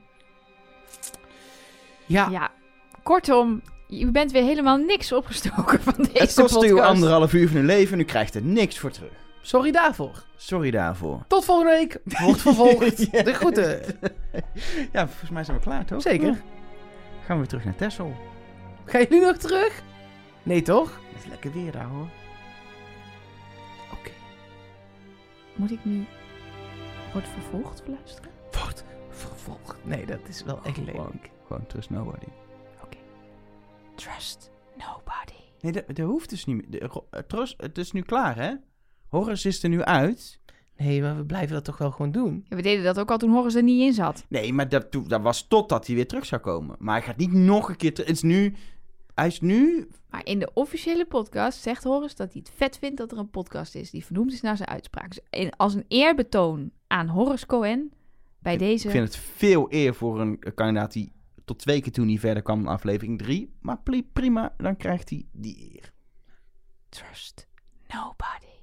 Ja. Kortom, je bent weer helemaal niks opgestoken van deze podcast. Het kost u 1,5 uur van uw leven en u krijgt er niks voor terug. Sorry daarvoor. Tot volgende week. Wordt vervolgd. De groeten. Ja, volgens mij zijn we klaar, toch? Zeker. Gaan we weer terug naar Texel. Gaan jullie nog terug? Nee, toch? Het is lekker weer daar, hoor. Oké. Moet ik nu Wordt vervolgd luisteren? Wordt vervolgd. Nee, dat is wel echt lelijk. Gewoon Trust Nobody. Oké. Trust Nobody. Nee, dat hoeft dus niet meer. Het is nu klaar, hè? Horus is er nu uit. Nee, maar we blijven dat toch wel gewoon doen? Ja, we deden dat ook al toen Horus er niet in zat. Nee, maar dat was totdat hij weer terug zou komen. Maar hij gaat niet nog een keer terug. Hij is nu... Maar in de officiële podcast zegt Horus dat hij het vet vindt dat er een podcast is die vernoemd is naar zijn uitspraak. Dus als een eerbetoon aan Horus Cohen bij deze... Ik vind het veel eer voor een kandidaat die tot 2 keer toen hij verder kwam in aflevering 3. Maar prima, dan krijgt hij die eer. Trust Nobody.